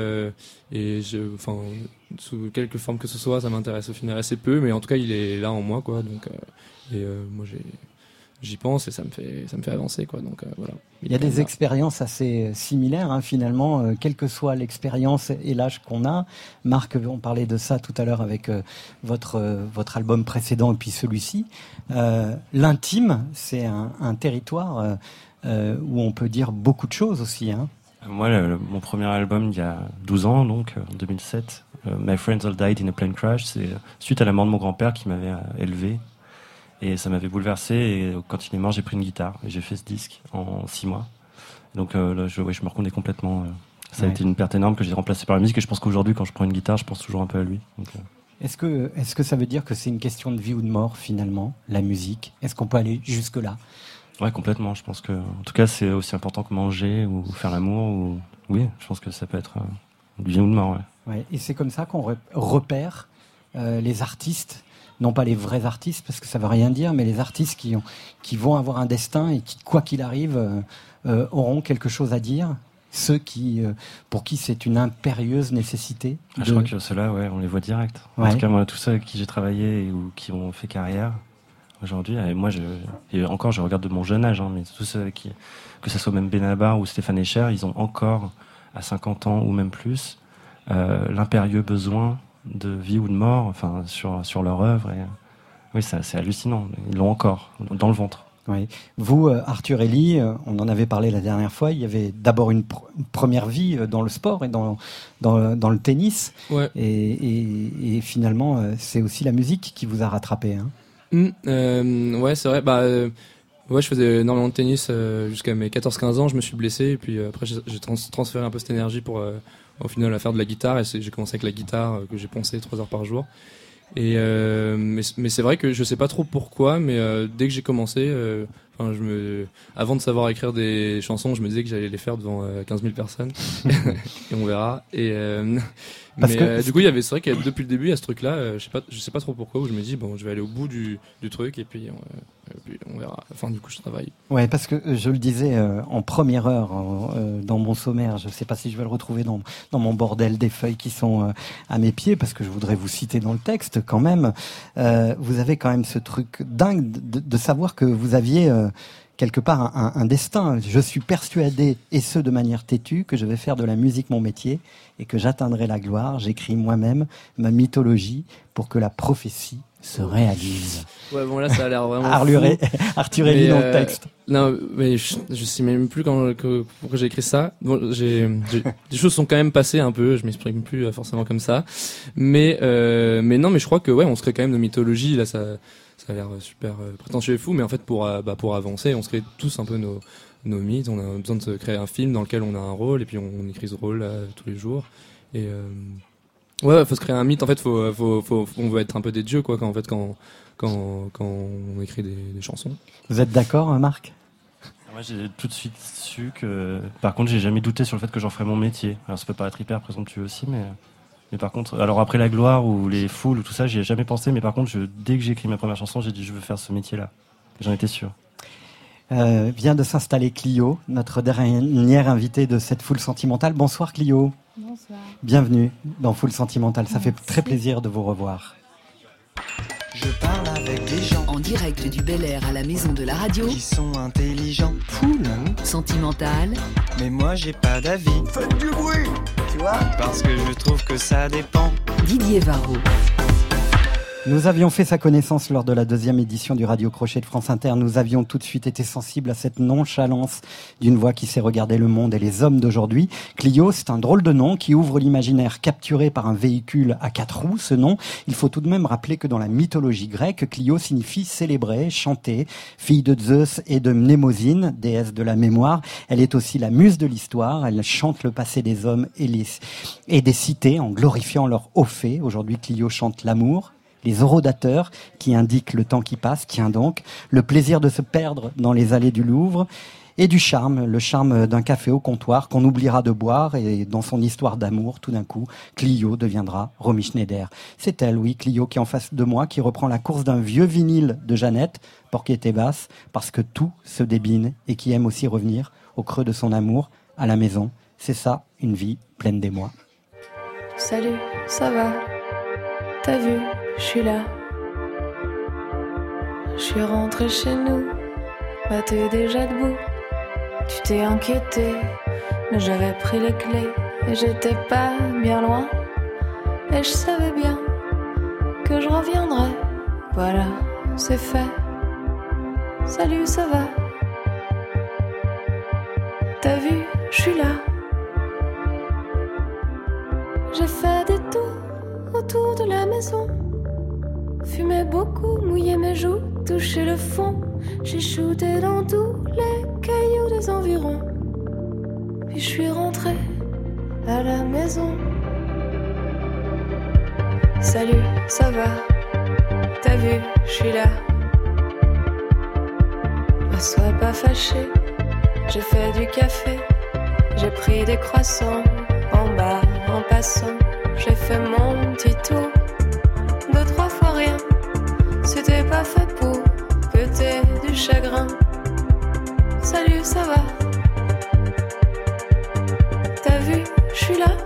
sous quelque forme que ce soit, ça m'intéresse au final assez peu, mais en tout cas il est là en moi, quoi. Donc moi j'y pense et ça me fait avancer, quoi. Donc voilà. Il y a des expériences assez similaires, finalement, quelle que soit l'expérience et l'âge qu'on a. Marc, on parlait de ça tout à l'heure avec votre album précédent et puis celui-ci. L'intime, c'est un territoire où on peut dire beaucoup de choses aussi. Moi, mon premier album, il y a 12 ans, donc en 2007, My Friends All Died in a Plane Crash, c'est suite à la mort de mon grand-père qui m'avait élevé. Et ça m'avait bouleversé, et quand il est mort, j'ai pris une guitare et j'ai fait ce disque en 6 mois. Donc là, je me reconnais complètement. Ça a été une perte énorme que j'ai remplacée par la musique, et je pense qu'aujourd'hui, quand je prends une guitare, je pense toujours un peu à lui. Donc, Est-ce que ça veut dire que c'est une question de vie ou de mort, finalement, la musique ? Est-ce qu'on peut aller jusque-là ? Ouais, complètement. Je pense que, en tout cas, c'est aussi important que manger ou faire l'amour. Oui, je pense que ça peut être de vie ou de mort. Ouais. Ouais. Et c'est comme ça qu'on repère les artistes. Non pas les vrais artistes, parce que ça veut rien dire, mais les artistes qui vont avoir un destin et qui, quoi qu'il arrive, auront quelque chose à dire. Ceux pour qui c'est une impérieuse nécessité. Je crois que ceux-là, on les voit direct. En tout cas, moi, tous ceux avec qui j'ai travaillé ou qui ont fait carrière aujourd'hui, et moi, je regarde de mon jeune âge, mais tous ceux avec qui, que ce soit même Benabar ou Stéphane Echer, ils ont encore, à 50 ans ou même plus, l'impérieux besoin de vie ou de mort, sur leur œuvre. Et oui, c'est hallucinant. Ils l'ont encore dans le ventre. Oui. Vous, Arthur Elie, on en avait parlé la dernière fois. Il y avait d'abord une première vie dans le sport et dans le tennis. Ouais. Et finalement, c'est aussi la musique qui vous a rattrapé. Ouais, c'est vrai. Je faisais énormément de tennis jusqu'à mes 14-15 ans. Je me suis blessé, et puis après j'ai transféré un peu cette énergie pour au final à faire de la guitare, et j'ai commencé avec la guitare que j'ai poncé 3 heures par jour. Et mais c'est vrai que je sais pas trop pourquoi, mais dès que j'ai commencé, avant de savoir écrire des chansons, je me disais que j'allais les faire devant 15 000 personnes et on verra. Et du coup, c'est vrai que depuis le début, il y a ce truc-là, je sais pas trop pourquoi, où je me dis je vais aller au bout du truc, et puis on verra. Enfin, du coup, je travaille. Ouais, parce que je le disais en première heure dans mon sommaire, je sais pas si je vais le retrouver dans mon bordel des feuilles qui sont à mes pieds, parce que je voudrais vous citer dans le texte quand même. Vous avez quand même ce truc dingue de savoir que vous aviez quelque part un destin. Je suis persuadé, et ce de manière têtue, que je vais faire de la musique mon métier et que j'atteindrai la gloire. J'écris moi-même ma mythologie pour que la prophétie se réalise. Ouais, bon, là, ça a l'air vraiment Arthur Elie dans le texte. Non, mais je sais même plus pourquoi j'ai écrit ça. Bon, des choses sont quand même passées un peu, je m'exprime plus forcément comme ça. Mais non, mais je crois que, on se crée quand même de mythologie, là, ça a l'air super prétentieux et fou, mais en fait, pour avancer, on se crée tous un peu nos mythes. On a besoin de se créer un film dans lequel on a un rôle, et puis on écrit ce rôle tous les jours. Et faut se créer un mythe. En fait, on veut être un peu des dieux, quoi, quand on écrit des chansons. Vous êtes d'accord, Marc ? Moi, j'ai tout de suite su que, par contre, j'ai jamais douté sur le fait que j'en ferais mon métier. Alors, ça peut paraître hyper présomptueux aussi, mais par contre, alors après la gloire ou les foules ou tout ça, j'y ai jamais pensé, mais par contre, dès que j'ai écrit ma première chanson, j'ai dit je veux faire ce métier-là. J'en étais sûr. Vient de s'installer Clio, notre dernière invitée de cette foule sentimentale. Bonsoir Clio. Bonsoir. Bienvenue dans Foule Sentimentale. Ça fait très plaisir de vous revoir. Je parle avec des gens en direct du Bel Air à la maison de la radio qui sont intelligents. Foule Sentimentale. Mais moi j'ai pas d'avis. Faites du bruit, tu vois ? Parce que je trouve que ça dépend. Didier Varro. Nous avions fait sa connaissance lors de la 2e édition du Radio Crochet de France Inter. Nous avions tout de suite été sensibles à cette nonchalance d'une voix qui sait regarder le monde et les hommes d'aujourd'hui. Clio, c'est un drôle de nom qui ouvre l'imaginaire capturé par un véhicule à 4 roues. Ce nom, il faut tout de même rappeler que dans la mythologie grecque, Clio signifie célébrer, chanter. Fille de Zeus et de Mnémosyne, déesse de la mémoire, elle est aussi la muse de l'histoire. Elle chante le passé des hommes et des cités en glorifiant leurs hauts faits. Aujourd'hui, Clio chante l'amour. Les orodateurs qui indiquent le temps qui passe, tiens donc, le plaisir de se perdre dans les allées du Louvre et du charme, le charme d'un café au comptoir qu'on oubliera de boire et dans son histoire d'amour, tout d'un coup, Clio deviendra Romy Schneider. C'est elle, oui, Clio qui est en face de moi, qui reprend la course d'un vieux vinyle de Jeannette, Porquier-Tébas, parce que tout se débine et qui aime aussi revenir au creux de son amour, à la maison. C'est ça, une vie pleine d'émoi. Salut, ça va? T'as vu? Je suis là, je suis rentrée chez nous, bah t'es déjà debout. Tu t'es inquiété, mais j'avais pris les clés et j'étais pas bien loin. Et je savais bien que je reviendrais, voilà, c'est fait. Salut, ça va? T'as vu, je suis là. J'ai fait des tours autour de la maison. Fumais beaucoup, mouillais mes joues, touchais le fond. J'ai shooté dans tous les cailloux des environs. Puis je suis rentrée à la maison. Salut, ça va? T'as vu, je suis là. Ne sois pas fâché, j'ai fait du café. J'ai pris des croissants en bas, en passant. J'ai fait mon petit tour. 2-3 fois rien, c'était pas fait pour que t'aies du chagrin. Salut, ça va? T'as vu, je suis là.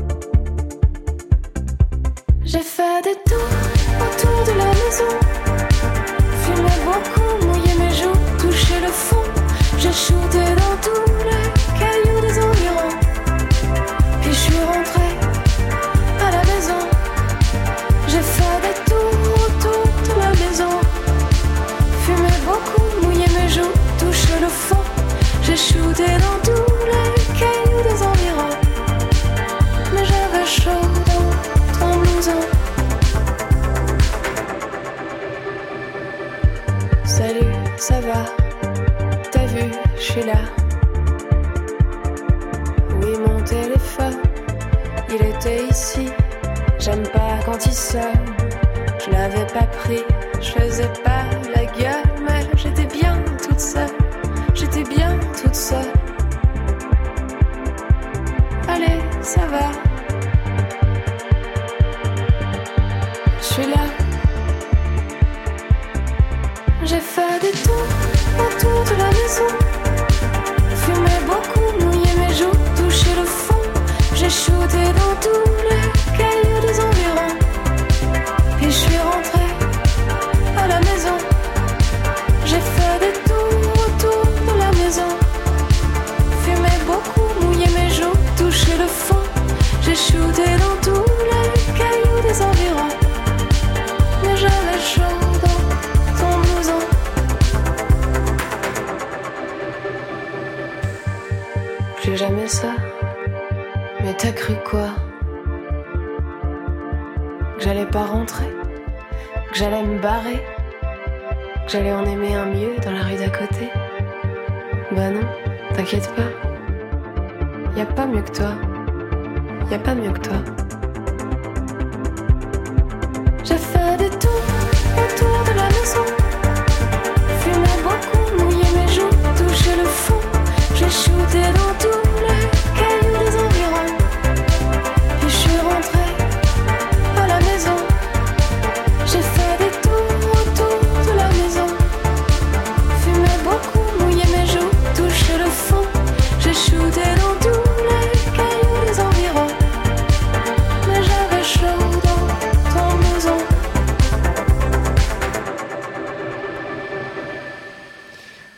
J'ai fait des tours autour de la maison. Fumais beaucoup, mouillais mes joues, touchais le fond. J'ai shooté dans tous les cailloux des environs. Puis je suis rentrée à la maison. J'ai fait des tours autour de la maison. Fumais beaucoup, mouillais mes joues, touchais le fond. J'ai shooté dans tous les cailloux des environs. Mais j'avais chaud dans ton blouson. Salut, ça va? T'as vu, je suis là. Oui, mon téléphone, il était ici. J'aime pas quand il sonne. Je l'avais pas pris, je faisais pas la gueule. Mais j'étais bien toute seule. J'étais bien toute seule. Allez, ça va. Je suis là. J'ai fait des tours autour de la maison. Fumais beaucoup, mouillais mes joues, touchais le fond. J'ai shooté dans tous les cailloux des environs. Puis je suis rentrée à la maison. J'ai fait des tours autour de la maison. Fumais beaucoup, mouillais mes joues, touchais le fond. J'ai shooté dans tous les cailloux des environs. Mais j'avais chaud dans ton blouson. Plus jamais ça. Mais t'as cru quoi? Que j'allais pas rentrer? Que j'allais me barrer? Que j'allais en aimer un mieux dans la rue d'à côté? Bah non, t'inquiète pas. Y a pas mieux que toi. Y a pas mieux que toi. J'ai fait des tours autour de la maison. Fumais beaucoup, mouillais mes joues, touchais le fond. J'ai shooté dans tous les cailloux des environs. Puis je suis rentrée à la maison. J'ai fait des tours autour de la maison. Fumais beaucoup, mouillais mes joues, touchais le fond. J'ai shooté dans tous les cailloux des environs.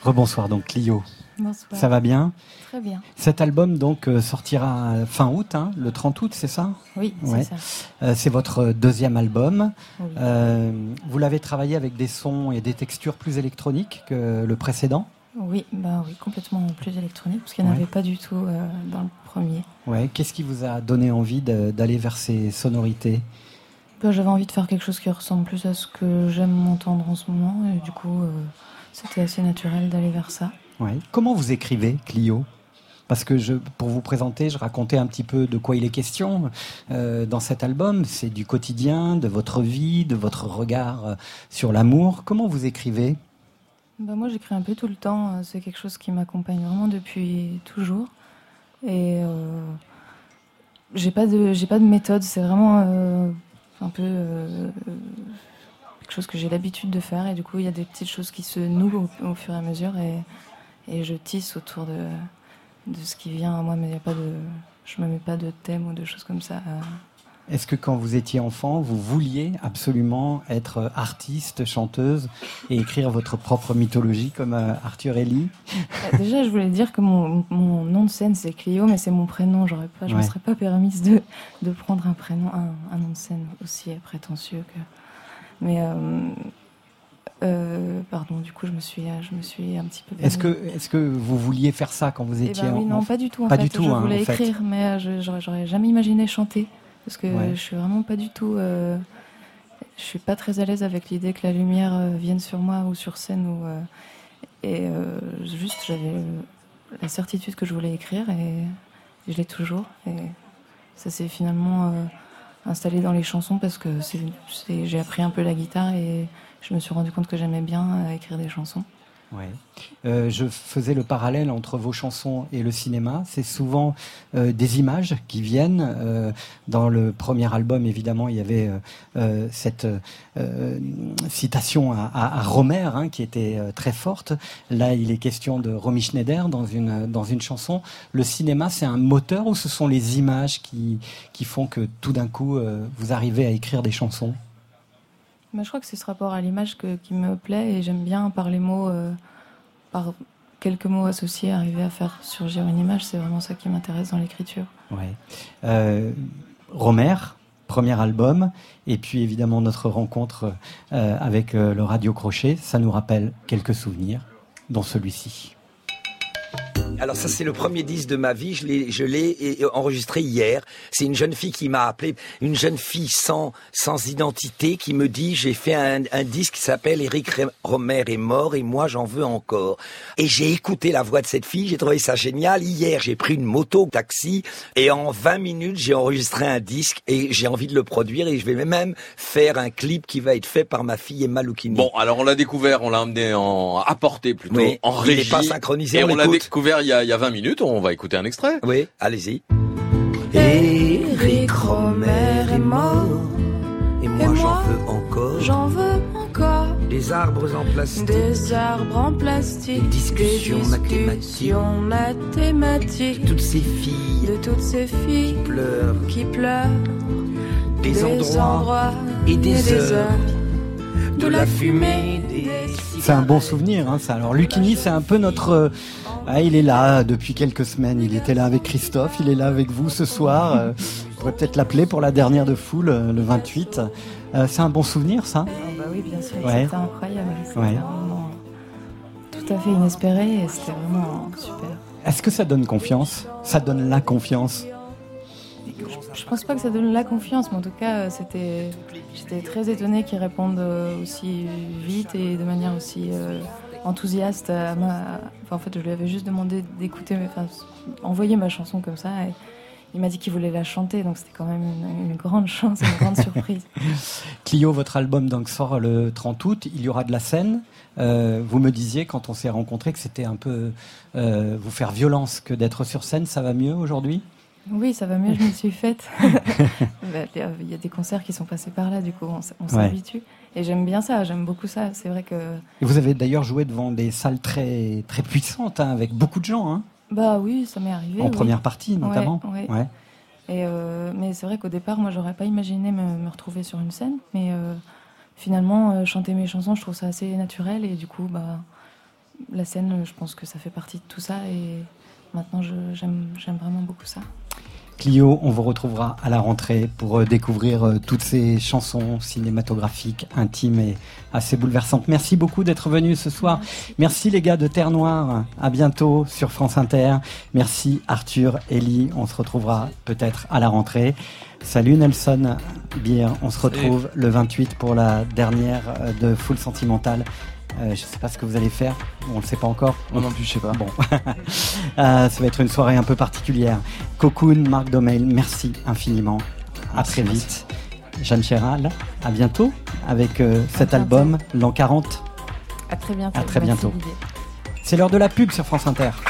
Rebonsoir donc Clio. Bonsoir. Ça va bien? Très bien. Cet album donc sortira fin août, hein, le 30 août, c'est ça? Oui, ouais. c'est ça. C'est votre deuxième album. Oui. Vous l'avez travaillé avec des sons et des textures plus électroniques que le précédent? Oui, complètement plus électronique, parce qu'il n'y en avait pas du tout dans le premier. Ouais. Qu'est-ce qui vous a donné envie d'aller vers ces sonorités? J'avais envie de faire quelque chose qui ressemble plus à ce que j'aime entendre en ce moment, et du coup, c'était assez naturel d'aller vers ça. Ouais. Comment vous écrivez, Clio? Parce que pour vous présenter, je racontais un petit peu de quoi il est question dans cet album. C'est du quotidien, de votre vie, de votre regard sur l'amour. Comment vous écrivez? Moi, j'écris un peu tout le temps. C'est quelque chose qui m'accompagne vraiment depuis toujours. Et j'ai pas de méthode. C'est vraiment un peu quelque chose que j'ai l'habitude de faire. Et du coup, il y a des petites choses qui se nouent au fur et à mesure. Et je tisse autour de ce qui vient à moi. Mais je me mets pas de thème ou de choses comme ça. Est-ce que quand vous étiez enfant, vous vouliez absolument être artiste, chanteuse et écrire votre propre mythologie comme Arthur Ellie? Déjà, je voulais dire que mon nom de scène, c'est Clio, mais c'est mon prénom. Je ne me serais pas permise de prendre un prénom, un nom de scène aussi prétentieux que... Mais... pardon, du coup, je me suis un petit peu... Est-ce que vous vouliez faire ça quand vous étiez oui, non, pas du tout. Du tout, je voulais écrire, mais j'aurais jamais imaginé chanter. Parce que je suis vraiment pas du tout... je suis pas très à l'aise avec l'idée que la lumière vienne sur moi ou sur scène. Juste, j'avais la certitude que je voulais écrire et je l'ai toujours. Et ça s'est finalement installé dans les chansons parce que j'ai appris un peu la guitare et je me suis rendu compte que j'aimais bien écrire des chansons. Ouais. Je faisais le parallèle entre vos chansons et le cinéma. C'est souvent des images qui viennent. Dans le premier album, évidemment, il y avait cette citation à Romer, hein, qui était très forte. Là, il est question de Romy Schneider dans une chanson. Le cinéma, c'est un moteur ou ce sont les images qui font que tout d'un coup, vous arrivez à écrire des chansons? Je crois que c'est ce rapport à l'image qui me plaît et j'aime bien par les mots, par quelques mots associés, arriver à faire surgir une image. C'est vraiment ça qui m'intéresse dans l'écriture. Ouais. Romer, premier album, et puis évidemment notre rencontre avec le Radio Crochet, ça nous rappelle quelques souvenirs, dont celui-ci. Alors ça, c'est le premier disque de ma vie, je l'ai enregistré hier. C'est une jeune fille qui m'a appelé, une jeune fille sans identité qui me dit, j'ai fait un disque qui s'appelle Éric Romer est mort et moi j'en veux encore. Et j'ai écouté la voix de cette fille, j'ai trouvé ça génial. Hier, j'ai pris une moto, taxi, et en 20 minutes, j'ai enregistré un disque et j'ai envie de le produire et je vais même faire un clip qui va être fait par ma fille Emma Lucchini. Bon, alors on l'a découvert, on l'a emmené apporté plutôt, oui, en régie. Il n'est pas synchronisé, et on l'a découvert il y a 20 minutes, on va écouter un extrait. Oui, allez-y. Éric Romer est mort. Et moi j'en veux encore. J'en veux encore. Des arbres en plastique. Des arbres en plastique. Des discussions mathématiques. De toutes ces filles. De toutes ces filles. Qui pleurent. Des endroits. Et des heures. De la fumée. C'est un bon souvenir, hein, ça. Alors Lucchini, c'est un peu notre... il est là depuis quelques semaines. Il était là avec Christophe, il est là avec vous ce soir. Je pourrais peut-être l'appeler pour la dernière de Foule, le 28. C'est un bon souvenir, ça? Oui, bien sûr. Ouais. C'était incroyable. C'était vraiment tout à fait inespéré et c'était vraiment super. Est-ce que ça donne confiance? Ça donne la confiance? Je pense pas que ça donne la confiance, mais en tout cas, j'étais très étonnée qu'ils répondent aussi vite et de manière aussi enthousiaste. En fait, je lui avais juste demandé d'écouter, envoyer ma chanson comme ça. Et il m'a dit qu'il voulait la chanter, donc c'était quand même une grande chance, une grande surprise. Clio, votre album donc sort le 30 août. Il y aura de la scène. Vous me disiez quand on s'est rencontrés que c'était un peu vous faire violence que d'être sur scène. Ça va mieux aujourd'hui? Oui, ça va mieux, je m'y suis faite. Il y a des concerts qui sont passés par là, du coup, on s'habitue. Et j'aime bien ça, j'aime beaucoup ça. C'est vrai que... Et vous avez d'ailleurs joué devant des salles très, très puissantes, hein, avec beaucoup de gens. Hein. Oui, ça m'est arrivé. En première partie, notamment. Ouais. Et mais c'est vrai qu'au départ, moi, j'aurais pas imaginé me retrouver sur une scène. Mais finalement, chanter mes chansons, je trouve ça assez naturel. Et du coup, la scène, je pense que ça fait partie de tout ça et maintenant j'aime vraiment beaucoup ça. Clio, on vous retrouvera à la rentrée pour découvrir toutes ces chansons cinématographiques, intimes et assez bouleversantes. Merci beaucoup d'être venus ce soir. Merci les gars de Terre Noire. À bientôt sur France Inter. Merci Arthur, Ellie. On se retrouvera peut-être à la rentrée. Salut Nelson Beer. On se retrouve le 28 pour la dernière de Full Sentimental. Je sais pas ce que vous allez faire, on le sait pas encore. Moi non plus, je sais pas. Bon, ça va être une soirée un peu particulière. Cocoon, Marc Domail, merci infiniment. À très vite. Jeanne Chéral, à bientôt avec cet album, l'an 40. À très bientôt. À très bientôt. C'est l'heure de la pub sur France Inter.